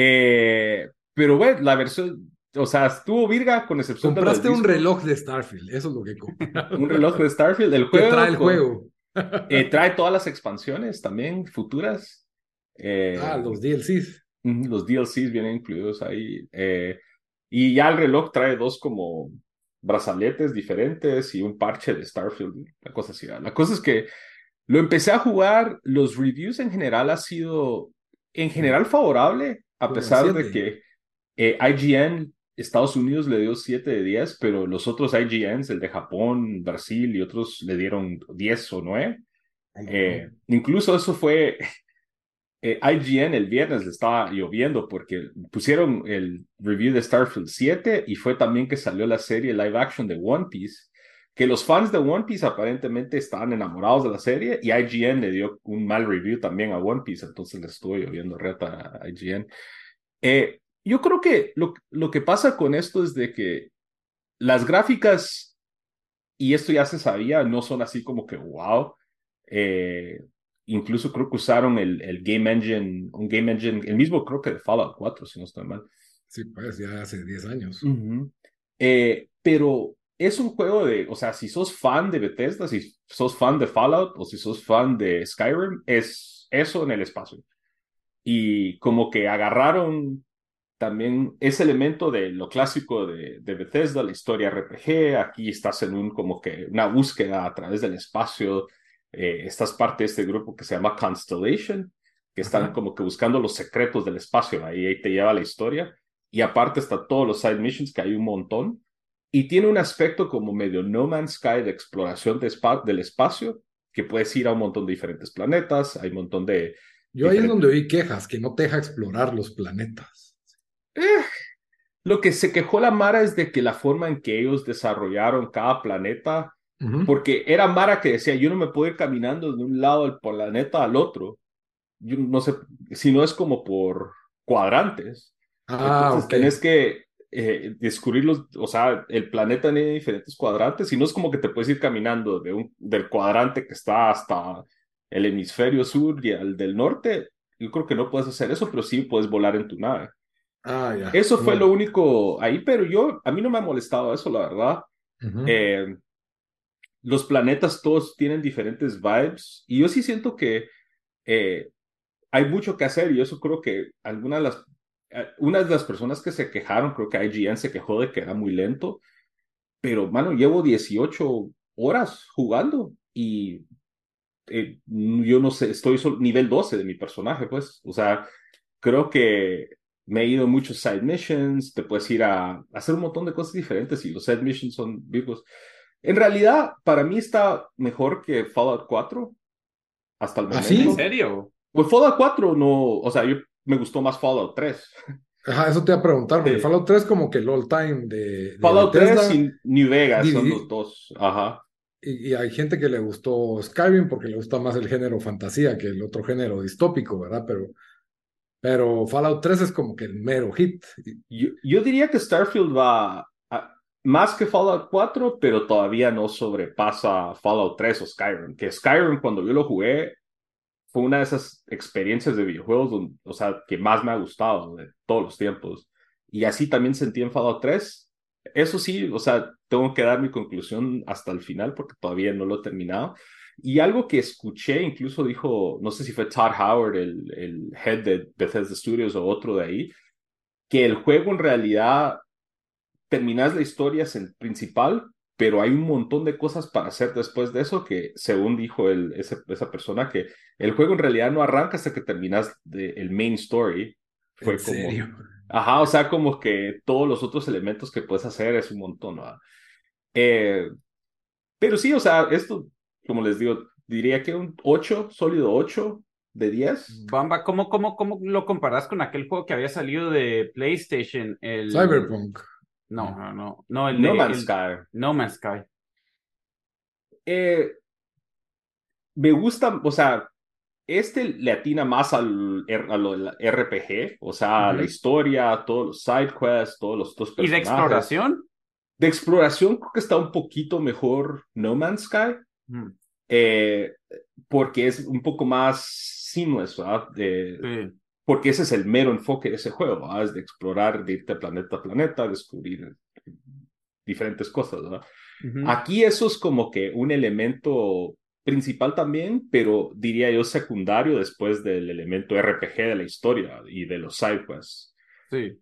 Pero bueno, la versión, o sea, estuvo virga con excepción de lo del Compraste un disco. reloj de Starfield, eso es lo que compraste. Un reloj de Starfield. El Que trae juego el juego. trae todas las expansiones también futuras. Los DLCs. Los DLCs vienen incluidos ahí. Y ya el reloj trae dos como brazaletes diferentes y un parche de Starfield. La cosa así. La cosa es que lo empecé a jugar. Los reviews en general ha sido en general favorable, a Como de pesar de 7. que IGN Estados Unidos le dio 7 de 10, pero los otros IGNs, el de Japón, Brasil y otros le dieron 10 o 9. Incluso eso fue IGN el viernes le estaba lloviendo porque pusieron el review de Starfield 7 y fue también que salió la serie live action de One Piece, que los fans de One Piece aparentemente estaban enamorados de la serie y IGN le dio un mal review también a One Piece, entonces le estuvo lloviendo reta a IGN. Yo creo que lo que pasa con esto es de que las gráficas, y esto ya se sabía, no son así como que wow. Eh, Incluso creo que usaron el Game Engine, un Game Engine, el mismo creo que de Fallout 4, si no estoy mal. Sí, pues ya hace 10 años. Ujú. Pero es un juego de, o sea, si sos fan de Bethesda, si sos fan de Fallout o si sos fan de Skyrim, es eso en el espacio. Y como que agarraron también ese elemento de lo clásico de Bethesda, la historia RPG, aquí estás en un como que una búsqueda a través del espacio, estás parte de este grupo que se llama Constellation, que están Ajá. como que buscando los secretos del espacio, ahí te lleva la historia, y aparte está todos los side missions, que hay un montón, y tiene un aspecto como medio No Man's Sky de exploración del espacio, que puedes ir a un montón de diferentes planetas, hay un montón de Yo ahí es diferentes... donde oí quejas, que no te deja explorar los planetas. Lo que se quejó la Mara es de que la forma en que ellos desarrollaron cada planeta, Ujú. porque era Mara que decía, yo no me puedo ir caminando de un lado del planeta al otro, yo no sé, si no es como por cuadrantes, entonces Ok. tenés que descubrirlos, o sea, el planeta tiene diferentes cuadrantes, y no es como que te puedes ir caminando del cuadrante que está hasta el hemisferio sur y al del norte, yo creo que no puedes hacer eso, pero sí puedes volar en tu nave. Ya. Eso fue lo No. único ahí, pero a mí no me ha molestado eso, la verdad. Ujú. Eh, los planetas todos tienen diferentes vibes y yo sí siento que eh, hay mucho que hacer y eso creo que una de las personas que se quejaron, creo que IGN se quejó de que era muy lento, pero mano, llevo 18 horas jugando y yo no sé, estoy nivel 12 de mi personaje, pues, o sea, creo que me he ido a muchos side missions, te puedes ir a hacer un montón de cosas diferentes y los side missions son vivos. En realidad, para mí está mejor que Fallout 4 hasta el ¿Ah, ¿En sí? momento. serio? Pues Fallout 4 no, o sea, me gustó más Fallout 3. Ajá, eso te iba a preguntar, porque Sí. Fallout 3 como que el all time de Fallout 3 Bethesda, y New Vegas son los dividi- dos. Ajá. y hay gente que le gustó Skyrim porque le gusta más el género fantasía que el otro género distópico, ¿verdad? Pero Fallout 3 es como que el mero hit. Yo diría que Starfield va más que Fallout 4, pero todavía no sobrepasa Fallout 3 o Skyrim. Que Skyrim, cuando yo lo jugué, fue una de esas experiencias de videojuegos o sea, que más me ha gustado de todos los tiempos. Y así también sentí en Fallout 3. Eso sí, o sea, tengo que dar mi conclusión hasta el final porque todavía no lo he terminado. Y algo que escuché, incluso dijo, no sé si fue Todd Howard, el head de Bethesda Studios o otro de ahí, que el juego en realidad terminas la historia principal, pero hay un montón de cosas para hacer después de eso que, según dijo esa persona, que el juego en realidad no arranca hasta que terminas el main story. Fue ¿En como, serio? ajá, o sea, como que todos los otros elementos que puedes hacer es un montón, ¿no? Pero sí, o sea, esto, como les digo, diría que un 8, sólido 8 de 10. Bamba, ¿cómo lo comparas con aquel juego que había salido de PlayStation? Cyberpunk. No, No Man's Sky. No Man's Sky. Me gusta, o sea, le atina más a lo del RPG, o sea, la historia, todos los side quests, todos los dos ¿Y de personajes. exploración? De exploración creo que está un poquito mejor No Man's Sky, porque es un poco más seamless, ¿verdad? Sí. Porque ese es el mero enfoque de ese juego, ¿verdad? Es de explorar, de irte planeta a planeta, descubrir diferentes cosas, ¿verdad? Aquí eso es como que un elemento principal también, pero diría yo secundario después del elemento RPG de la historia y de los side quests. Sí.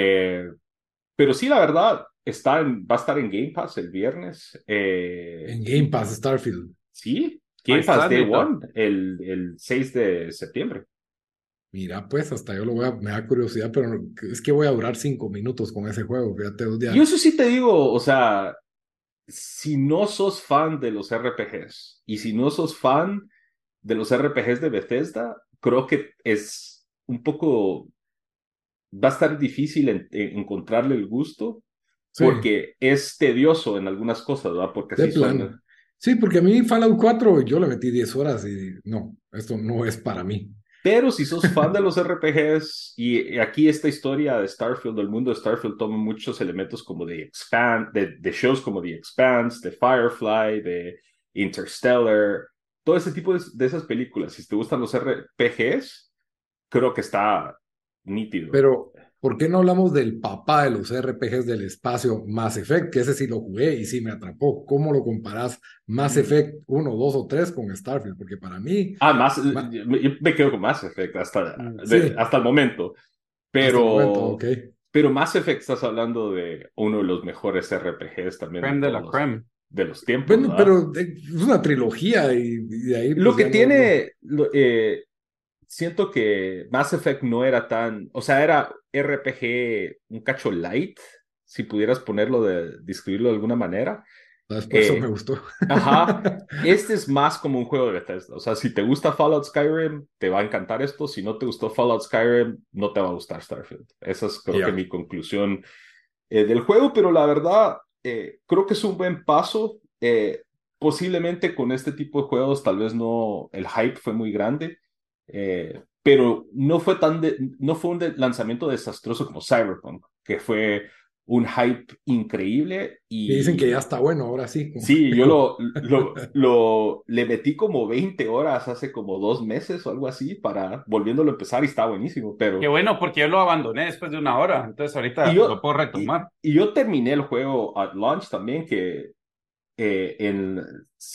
Pero sí, la verdad, va a estar en Game Pass el viernes. En Game Pass, Starfield. Sí, Ahí Game Pass está, Day neta. One, el 6 de septiembre. Mira, pues hasta yo me da curiosidad, pero es que voy a durar 5 minutos con ese juego, fíjate, Yo eso sí te digo, o sea, si no sos fan de los RPGs y si no sos fan de los RPGs de Bethesda, creo que es un poco, va a estar difícil encontrarle el gusto Sí, porque es tedioso en algunas cosas, ¿verdad? Porque de así plano. son. Sí, porque a mí Fallout 4 yo le metí 10 horas y no, esto no es para mí. Pero si sos fan de los RPGs, y aquí esta historia de Starfield, del mundo de Starfield, toma muchos elementos como de shows como The Expanse, de Firefly, de Interstellar, todo ese tipo de esas películas. Si te gustan los RPGs, creo que está nítido. Pero, ¿por qué no hablamos del papá de los RPGs del espacio, Mass Effect? Que ese sí lo jugué y sí me atrapó. ¿Cómo lo comparás Mass Effect 1, 2 o 3 con Starfield? Porque para mí, Yo me quedo con Mass Effect sí, hasta el momento. hasta el momento, Pero, ok. pero Mass Effect estás hablando de uno de los mejores RPGs también Creme de la creme. de los tiempos, Bueno, ¿verdad? pero es una trilogía y de ahí Lo pues que ya no, no. tiene, siento que Mass Effect no era tan, o sea, era RPG un cacho light, si pudieras describirlo de alguna manera. ¿Sabes? Por eso me Eh, gustó. ajá, este es más como un juego de Bethesda, o sea, si te gusta Fallout Skyrim, te va a encantar esto, si no te gustó Fallout Skyrim, no te va a gustar Starfield. Esa es creo que Ya. mi conclusión del juego, pero la verdad, creo que es un buen paso. Posiblemente con este tipo de juegos, tal vez no, el hype fue muy grande, pero no fue un lanzamiento desastroso como Cyberpunk, que fue un hype increíble Y dicen que ya y está bueno, ahora sí. sí, yo le metí como 20 horas hace como 2 meses o algo así para volviéndolo a empezar y está buenísimo, Qué pero bueno, porque yo lo abandoné después de una hora. Entonces y ahorita lo yo, puedo retomar. y yo terminé el juego at launch también, que en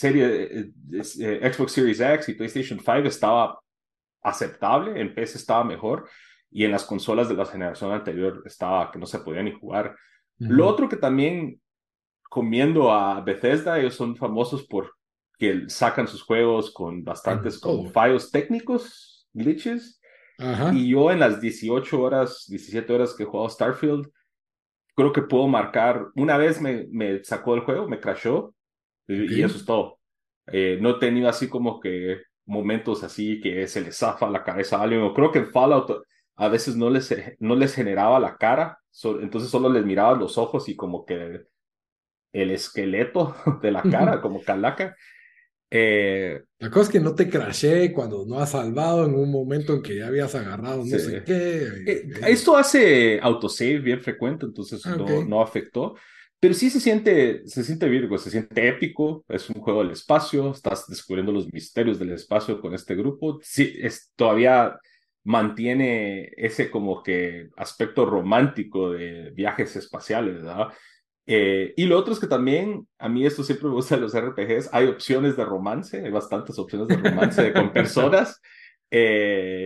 Xbox Series X y PlayStation 5 estaba aceptable, en PC estaba mejor y en las consolas de la generación anterior estaba que no se podía ni jugar. Lo Ujú. otro que también comiendo a Bethesda, ellos son famosos por que sacan sus juegos con bastantes En como todo. fallos técnicos, glitches, Ajá. y yo en las 18 horas, 17 horas que he jugado Starfield, creo que puedo marcar, una vez me sacó del juego, me crashó, Ok. y eso es todo. No he tenido así como que momentos así que se les zafa la cabeza a alguien. O creo que en Fallout a veces no les generaba la cara, entonces solo les miraba los ojos y como que el esqueleto de la cara, como calaca. Eh, La cosa es que no te crashé cuando no has salvado en un momento en que ya habías agarrado no sé se- qué. Esto hace autosave bien frecuente, entonces Ok. no afectó. Pero sí se siente Virgo, se siente épico, es un juego del espacio, estás descubriendo los misterios del espacio con este grupo. Sí, todavía mantiene ese como que aspecto romántico de viajes espaciales, ¿verdad? Y lo otro es que también, a mí esto siempre me gusta de los RPGs, hay opciones de romance, hay bastantes opciones de romance con personas. Eh,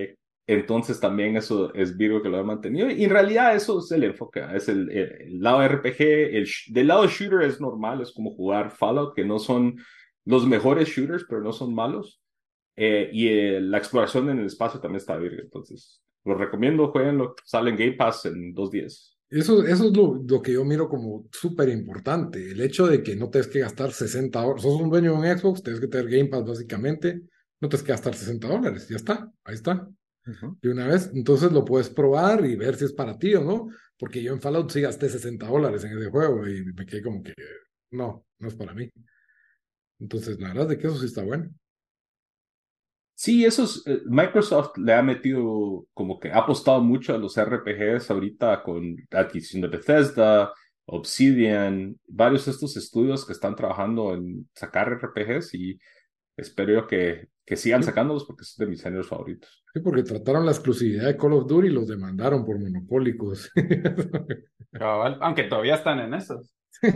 Entonces también eso es Virgo que lo ha mantenido. Y en realidad eso es el enfoque. Es el lado RPG. Del lado shooter es normal. Es como jugar Fallout, que no son los mejores shooters, pero no son malos. La exploración en el espacio también está Virgo. Entonces, lo recomiendo. Jueguenlo. Sale en Game Pass en 2 días. Eso es lo que yo miro como súper importante. El hecho de que no tienes que gastar 60 horas. Sos un dueño de un Xbox, tienes que tener Game Pass básicamente. No tienes que gastar $60. Ya está. Ahí está. Uh-huh. De una vez, entonces lo puedes probar y ver si es para ti o no, porque yo en Fallout sí gasté $60 en ese juego y me quedé como que no es para mí. Entonces, la verdad es que eso sí está bueno. Sí, Microsoft le ha metido, como que ha apostado mucho a los RPGs ahorita con la adquisición de Bethesda, Obsidian, varios de estos estudios que están trabajando en sacar RPGs y espero yo que sigan Sí, sacándolos porque es de mis géneros favoritos. sí, porque trataron la exclusividad de Call of Duty y los demandaron por monopólicos. Cabal, aunque todavía están en esos.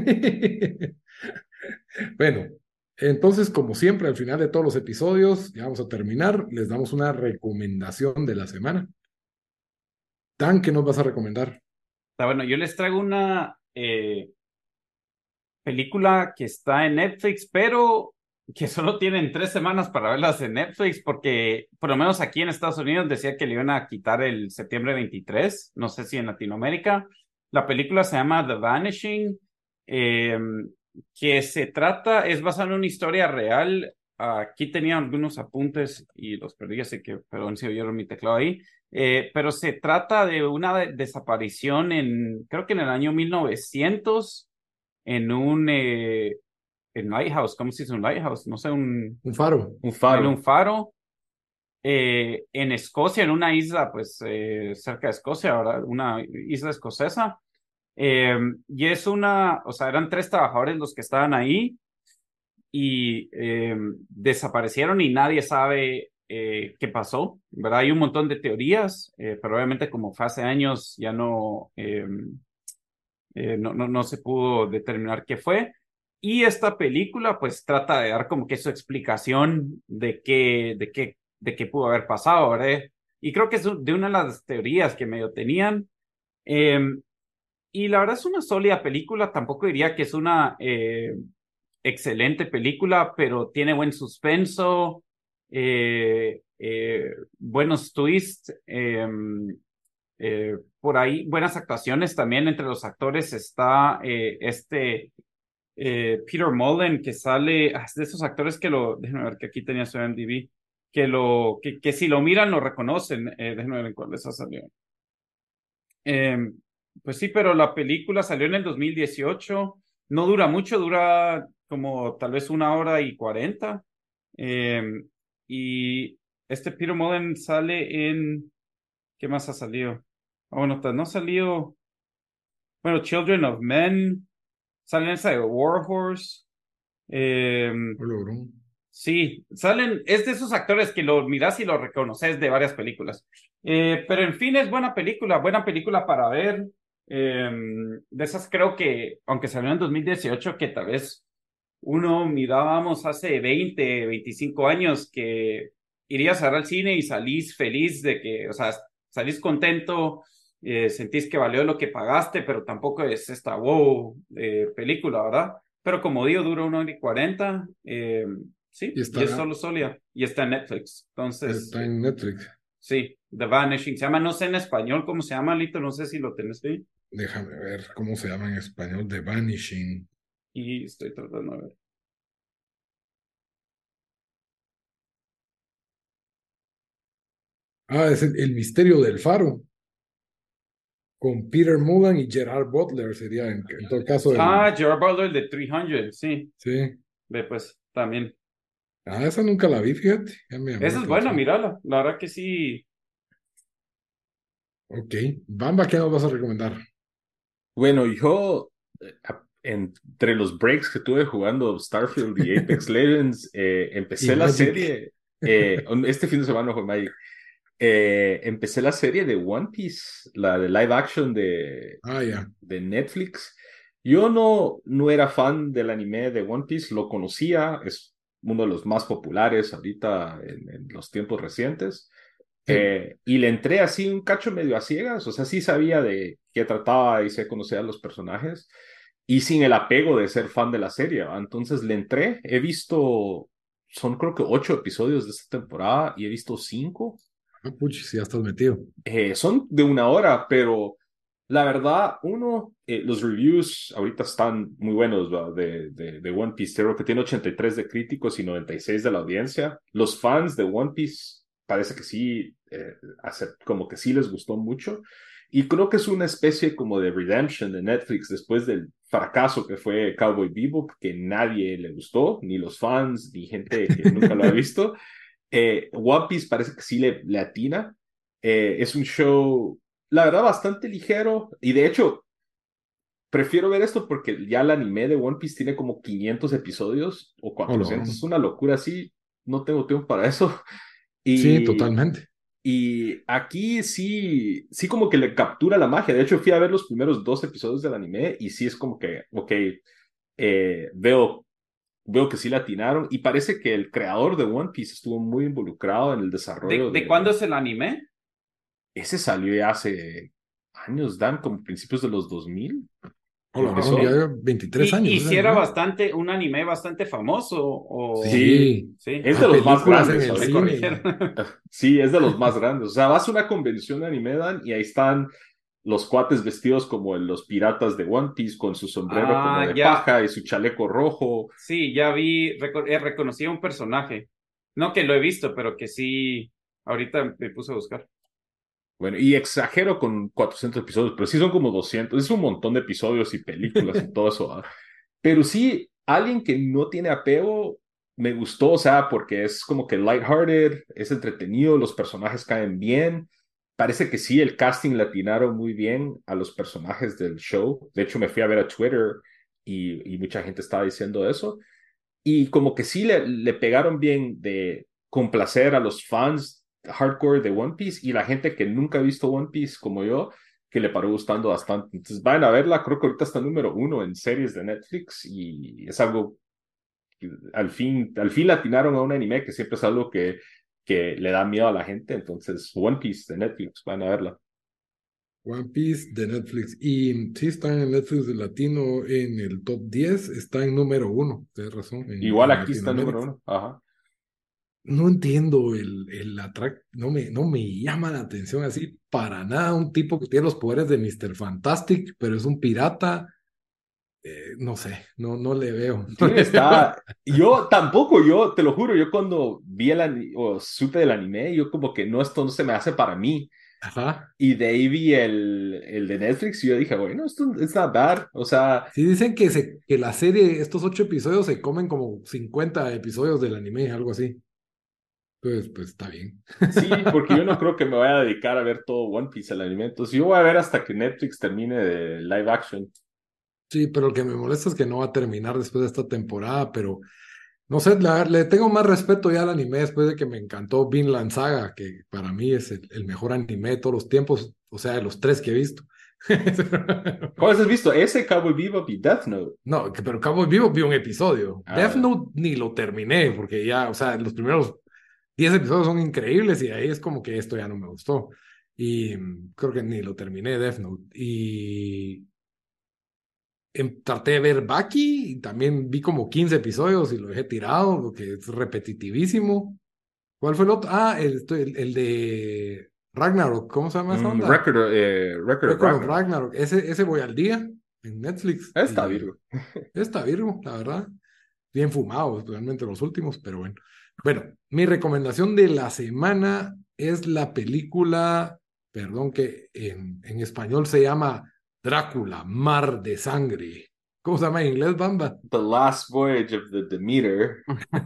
Bueno, entonces, como siempre, al final de todos los episodios, ya vamos a terminar, les damos una recomendación de la semana. Dan, ¿qué nos vas a recomendar? Está bueno, yo les traigo una película que está en Netflix, pero que solo tienen 3 semanas para verlas en Netflix, porque por lo menos aquí en Estados Unidos decía que le iban a quitar el septiembre 23, no sé si en Latinoamérica. La película se llama The Vanishing, eh, que es basada en una historia real. Aquí tenía algunos apuntes y los perdí, así que perdón si oyeron mi teclado ahí. Pero se trata de una desaparición creo que en el año 1900 en en lighthouse. ¿Cómo se dice un lighthouse? No sé, Un faro. Un en faro. un faro, en Escocia, en una isla, pues cerca de Escocia, ¿verdad? Una isla escocesa. Y o sea, eran 3 trabajadores los que estaban ahí y desaparecieron y nadie sabe qué pasó, ¿verdad? Hay un montón de teorías, pero obviamente como fue hace años ya no se pudo determinar qué fue. Y esta película pues trata de dar como que su explicación de qué pudo haber pasado, ¿verdad? Y creo que es de una de las teorías que medio tenían. Eh, y la verdad es una sólida película, tampoco diría que es una excelente película, pero tiene buen suspenso, buenos twists. Por ahí buenas actuaciones también entre los actores está Peter Mullen que sale, es de esos actores déjenme ver que aquí tenía su IMDb, que si lo miran lo reconocen, déjenme ver en cuál les ha salido. Pues sí, pero la película salió en el 2018, no dura mucho, dura como tal vez 1 hora y 40. Y este Peter Mullen sale ¿qué más ha salido? Bueno, no ha salido. Bueno, Children of Men. Sale en esa de War Horse. Eh, Lo logró. sí, es de esos actores que lo miras y lo reconoces de varias películas. Pero en fin, es buena película para ver. De esas creo que, aunque salió en 2018, que tal vez uno mirábamos hace 20, 25 años que irías a ver al cine y salís feliz de que, o sea, salís contento, sentís que valió lo que pagaste, pero tampoco es esta wow película, ¿verdad? Pero como digo, dura 1 hora y 40, Y sí, y es está, solo sólida, y está en Netflix. Entonces, está en Netflix. sí, The Vanishing, se llama, no sé en español cómo se llama, Lito, no sé si lo tenés ahí, Déjame ver cómo se llama en español. The Vanishing. y estoy tratando de ver. Ah, es el misterio del faro. Con Peter Mullen y Gerard Butler sería en todo caso Gerard Butler de 300, sí. Sí. Pues también. Ah, esa nunca la vi, fíjate. Ya me llamó la Esa es buena, atención. mírala. La verdad que sí. Ok. Bamba, ¿qué nos vas a recomendar? Bueno, yo, entre los breaks que tuve jugando Starfield y Apex Legends, Y empecé la Magic. serie. Este fin de semana jugué Magic. Empecé la serie de One Piece, la de live action Ah, ya. de Netflix. Yo no era fan del anime de One Piece, lo conocía, es uno de los más populares ahorita en los tiempos recientes, Y le entré así un cacho medio a ciegas, o sea, sí sabía de qué trataba y se conocía a los personajes, y sin el apego de ser fan de la serie, ¿va? Entonces le entré, he visto, son creo que 8 episodios de esta temporada y he visto 5. Puchi, si ya estás metido. Son de 1 hora, pero la verdad, los reviews ahorita están muy buenos, ¿va? De One Piece. Creo que tiene 83 de críticos y 96 de la audiencia. Los fans de One Piece parece que sí, como que sí les gustó mucho. Y creo que es una especie como de redemption de Netflix después del fracaso que fue Cowboy Bebop, que nadie le gustó, ni los fans, ni gente que nunca lo ha visto. One Piece parece que sí le atina. Es un show, la verdad, bastante ligero. Y de hecho, prefiero ver esto porque ya el anime de One Piece tiene como 500 episodios o Oh, 400. no. Es una locura así. No tengo tiempo para eso. Sí, Y, totalmente. y aquí sí como que le captura la magia. De hecho, fui a ver los primeros 2 episodios del anime y sí es como que, ok, veo que sí le atinaron y parece que el creador de One Piece estuvo muy involucrado en el desarrollo ¿De cuándo es el anime? Ese salió ya hace años, Dan, como principios de los 2000. Oh, lo Ok. vieron ya 23 Y años. si era un anime bastante famoso, o Sí, Sí, sí, es de hay los más películas en grandes el me ahorita. cine. corrigieron. Sí, es de los más grandes. O sea, vas a una convención de anime, Dan, y ahí están los cuates vestidos como los piratas de One Piece, con su sombrero como Ah, de ya, paja y su chaleco rojo. sí, ya vi, reconocí a un personaje. No que lo he visto, pero que sí, ahorita me puse a buscar. Bueno, y exagero con 400 episodios, pero sí son como 200. Es un montón de episodios y películas y todo eso. ¿Ah? Pero sí, alguien que no tiene apego, me gustó, o sea, porque es como que lighthearted, es entretenido, los personajes caen bien. Parece que sí, el casting le atinaron muy bien a los personajes del show. De hecho, me fui a ver a Twitter y mucha gente estaba diciendo eso. Y como que sí le pegaron bien de complacer a los fans hardcore de One Piece y la gente que nunca ha visto One Piece como yo, que le paró gustando bastante. Entonces vayan a verla, creo que ahorita está número 1 en series de Netflix y es algo que al fin le atinaron a un anime que siempre es algo que le da miedo a la gente. Entonces One Piece de Netflix, vayan a verla. One Piece de Netflix. Y sí, está en Netflix de Latino en el top 10. Está en número 1. Tienes razón. Igual En aquí está el número Latinoamérica. 1. Ajá. No entiendo el no me llama la atención así para nada. Un tipo que tiene los poderes de Mr. Fantastic, pero es un pirata. No sé, no le veo. Sí, está. Yo tampoco, yo te lo juro, yo cuando vi o supe del anime, yo como que no, esto no se me hace para mí. Ajá. Y de ahí vi el de Netflix y yo dije, bueno, esto it's not bad. O sea, Sí, dicen que la serie, estos 8 episodios se comen como 50 episodios del anime, algo así. Pues está bien. sí, porque yo no creo que me vaya a dedicar a ver todo One Piece el anime. Entonces yo voy a ver hasta que Netflix termine de live action. Sí, pero lo que me molesta es que no va a terminar después de esta temporada, pero no sé, le tengo más respeto ya al anime después de que me encantó Vinland Saga, que para mí es el mejor anime de todos los tiempos, o sea, de los 3 que he visto. ¿Cuáles has visto? Ese, Cowboy Bebop y Death Note. No, pero Cowboy Vivo vi un episodio. Death Ah, Note ni lo terminé, porque ya, o sea, los primeros 10 episodios son increíbles y de ahí es como que esto ya no me gustó. Y creo que ni lo terminé, Death Note. Y traté de ver Baki y también vi como 15 episodios y lo dejé tirado, lo que es repetitivísimo. ¿Cuál fue el otro? Ah, el de Ragnarok, ¿cómo se llama esa onda? Record of Record of Ragnarok. Ragnarok. Ese voy al día en Netflix Está y Virgo. está Virgo, la verdad. Bien fumado, especialmente los últimos, pero bueno. Bueno, mi recomendación de la semana es la película, perdón, que en español se llama Drácula, Mar de Sangre. ¿Cómo se llama en inglés, Bamba? The Last Voyage of the Demeter.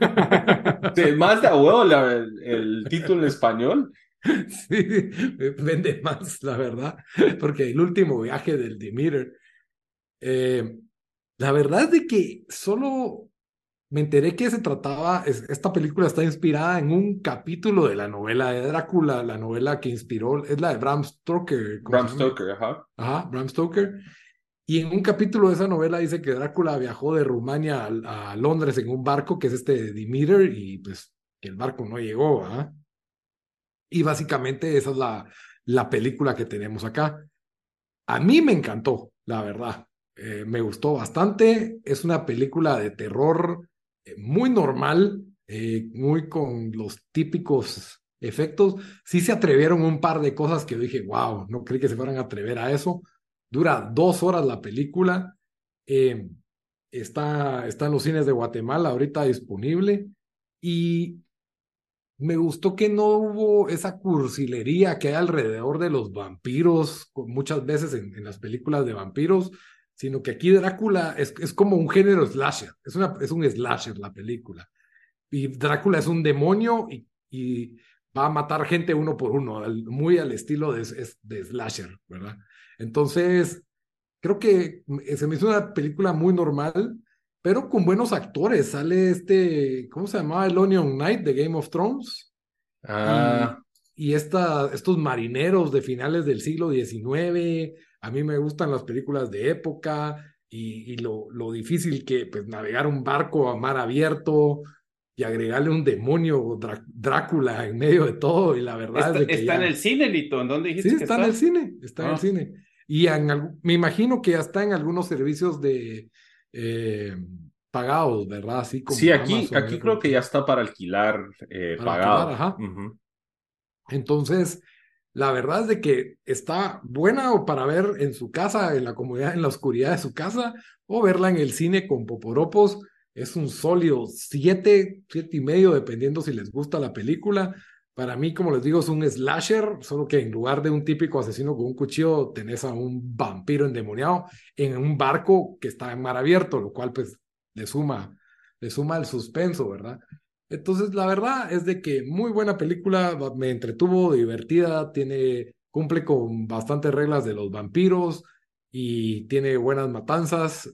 Sí, más de a huevo el título en español. Sí, vende más, la verdad, porque el último viaje del Demeter. Eh, la verdad es de que solo me enteré que se trataba, esta película está inspirada en un capítulo de la novela de Drácula, la novela que inspiró, es la de Bram Stoker, ¿cómo se Bram llama? Stoker, ajá. Ajá, Bram Stoker. Y en un capítulo de esa novela dice que Drácula viajó de Rumania a Londres en un barco que es este Demeter y pues que el barco no llegó, ¿ah? Y básicamente esa es la película que tenemos acá. A mí me encantó, la verdad. Me gustó bastante. Es una película de terror muy normal, muy con los típicos efectos. Sí se atrevieron un par de cosas que yo dije, wow, no creí que se fueran a atrever a eso. Dura 2 horas la película. Eh, está en los cines de Guatemala ahorita disponible. Y me gustó que no hubo esa cursilería que hay alrededor de los vampiros, muchas veces en las películas de vampiros, sino que aquí Drácula es como un género slasher, es un slasher la película. Y Drácula es un demonio y va a matar gente uno por uno, muy al estilo de slasher, ¿verdad? Entonces, creo que se me hizo una película muy normal, pero con buenos actores. Sale ¿cómo se llamaba? El Onion Knight de Game of Thrones. Ah, Y estos marineros de finales del siglo XIX. A mí me gustan las películas de época y lo difícil que, pues, navegar un barco a mar abierto y agregarle un demonio, Drácula en medio de todo. Y la verdad es de que Está en el ya. cine, Lito. ¿En dónde Sí, dijiste que está en el está? cine, está en el Ah. cine. Y me imagino que ya está en algunos servicios de eh, pagados, ¿verdad? Así sí, como aquí Amazon y creo otros, que ya está para alquilar para alquilar, pagado. ajá. Ujú. Entonces, la verdad es de que está buena o para ver en su casa, en la comodidad, en la oscuridad de su casa, o verla en el cine con poporopos. Es un sólido 7, 7.5, dependiendo si les gusta la película. Para mí, como les digo, es un slasher, solo que en lugar de un típico asesino con un cuchillo, tenés a un vampiro endemoniado en un barco que está en mar abierto, lo cual pues le suma el suspenso, ¿verdad? Entonces, la verdad es de que muy buena película, me entretuvo, divertida, cumple con bastantes reglas de los vampiros y tiene buenas matanzas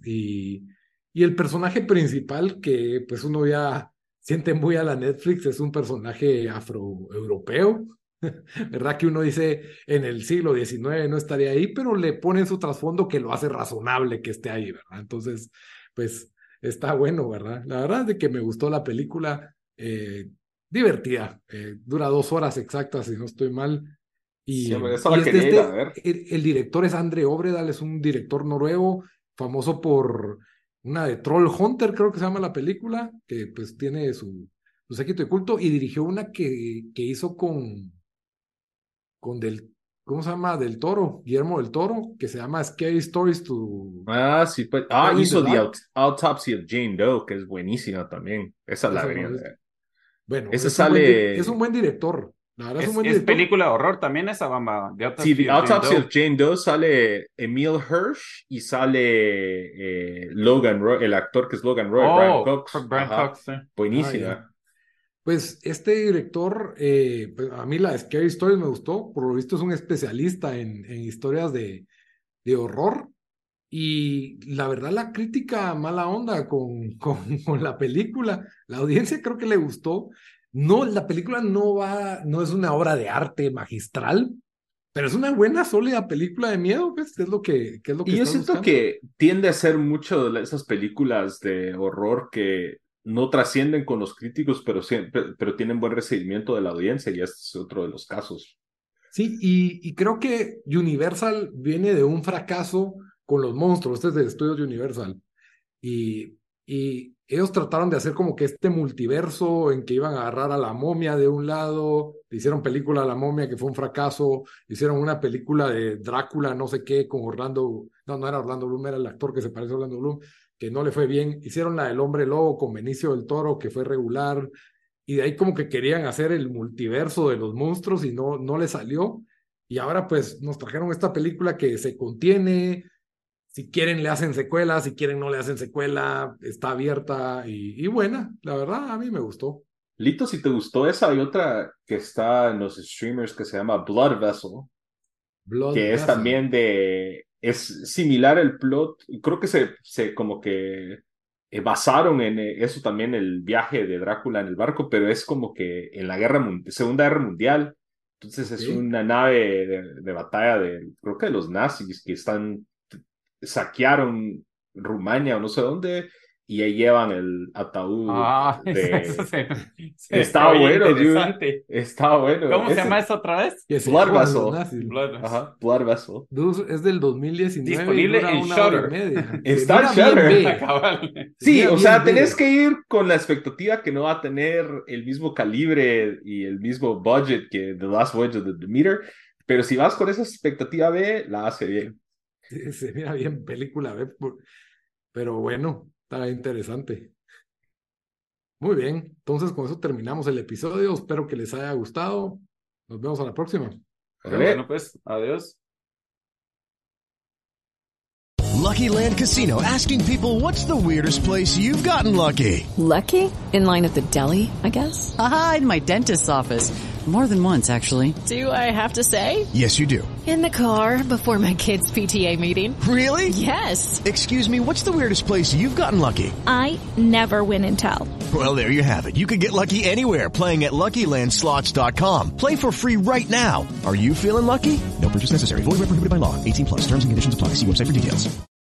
y el personaje principal que pues uno ya siente muy a la Netflix es un personaje afroeuropeo, ¿verdad? Que uno dice en el siglo XIX no estaría ahí, pero le ponen su trasfondo que lo hace razonable que esté ahí, ¿verdad? Entonces, pues está bueno, ¿verdad? La verdad es de que me gustó la película, divertida, dura 2 horas exactas si no estoy mal. Sí, Y, hombre, esa y la es de quería ir a ver. el director es André Obredal, es un director noruego, famoso por una de Troll Hunter, creo que se llama la película, que pues tiene su séquito de culto, y dirigió una que hizo con ¿cómo se llama? Del Toro, Guillermo del Toro, que se llama Scary Stories to Ah, sí, pues. Tell in the Hizo The Dark. Autopsy of Jane Doe, que es buenísima también. Esa la Esa no deberían lo de es. ver. Bueno, Esa es un sale. buen director. La verdad es un buen Es director. película de horror también esa bamba. The Sí, The Autopsy of Jane Autopsy of Doe. Jane Doe sale Emil Hirsch y sale Logan Roy, el actor que es Logan Roy, Brian Oh, Cox. Brian Ajá. Cox, sí. Ah, ya. Buenísima. Pues este director, pues, a mí la de Scary Stories me gustó. Por lo visto es un especialista en historias de horror. Y la verdad, la crítica mala onda con la película, la audiencia creo que le gustó. No, la película no es una obra de arte magistral, pero es una buena, sólida película de miedo, pues, que es lo que Y yo estás siento buscando. que tiende a ser mucho de esas películas de horror que no trascienden con los críticos, pero siempre, pero tienen buen recibimiento de la audiencia, y este es otro de los casos. Sí, y creo que Universal viene de un fracaso con los monstruos, este es de estudios de Universal. Y ellos trataron de hacer como que este multiverso en que iban a agarrar a la momia de un lado, hicieron película a la momia que fue un fracaso, hicieron una película de Drácula, no sé qué, con Orlando, no era Orlando Bloom, era el actor que se parece a Orlando Bloom, que no le fue bien, hicieron la del Hombre Lobo con Benicio del Toro, que fue regular, y de ahí como que querían hacer el multiverso de los monstruos y no le salió, y ahora pues nos trajeron esta película que se contiene, si quieren le hacen secuela, si quieren no le hacen secuela, está abierta y buena, la verdad a mí me gustó. Lito, si te gustó esa, hay otra que está en los streamers que se llama Blood Vessel, Blood que es Vessel. también es similar el plot, y creo que se como que basaron en eso también, el viaje de Drácula en el barco, pero es como que en la Segunda Guerra Mundial, entonces es ¿Sí? una nave de batalla creo que de los nazis, que saquearon Rumania o no sé dónde, y ahí llevan el ataúd eso estaba bueno, interesante. dude. Estaba bueno. ¿Cómo se llama eso otra vez? Que se Blood jodan Vessel. los nazis. Ajá, Blood Vessel. Dude, es del 2019. Disponible y dura en 1 hora y Shudder. media. Está en Mira bien, Shudder. ve. Cabal. Sí, Mira o sea, bien, tenés ve. que ir con la expectativa que no va a tener el mismo calibre y el mismo budget que The Last Voyage of the Demeter, pero si vas con esa expectativa B, la hace bien. Sí, se mira bien película, ve. Pero bueno, está interesante. Muy bien, entonces con eso terminamos el episodio. Espero que les haya gustado. Nos vemos a la próxima. Bueno, pues, adiós. Lucky Land Casino, asking people, what's the weirdest place you've gotten lucky? Lucky? In line at the deli, I guess? Aha, in my dentist's office. More than once, actually. Do I have to say? Yes, you do. In the car before my kids' PTA meeting. Really? Yes. Excuse me, what's the weirdest place you've gotten lucky? I never win and tell. Well, there you have it. You can get lucky anywhere, playing at LuckyLandSlots.com. Play for free right now. Are you feeling lucky? No purchase necessary. Void where prohibited by law. 18+. Terms and conditions apply. See website for details.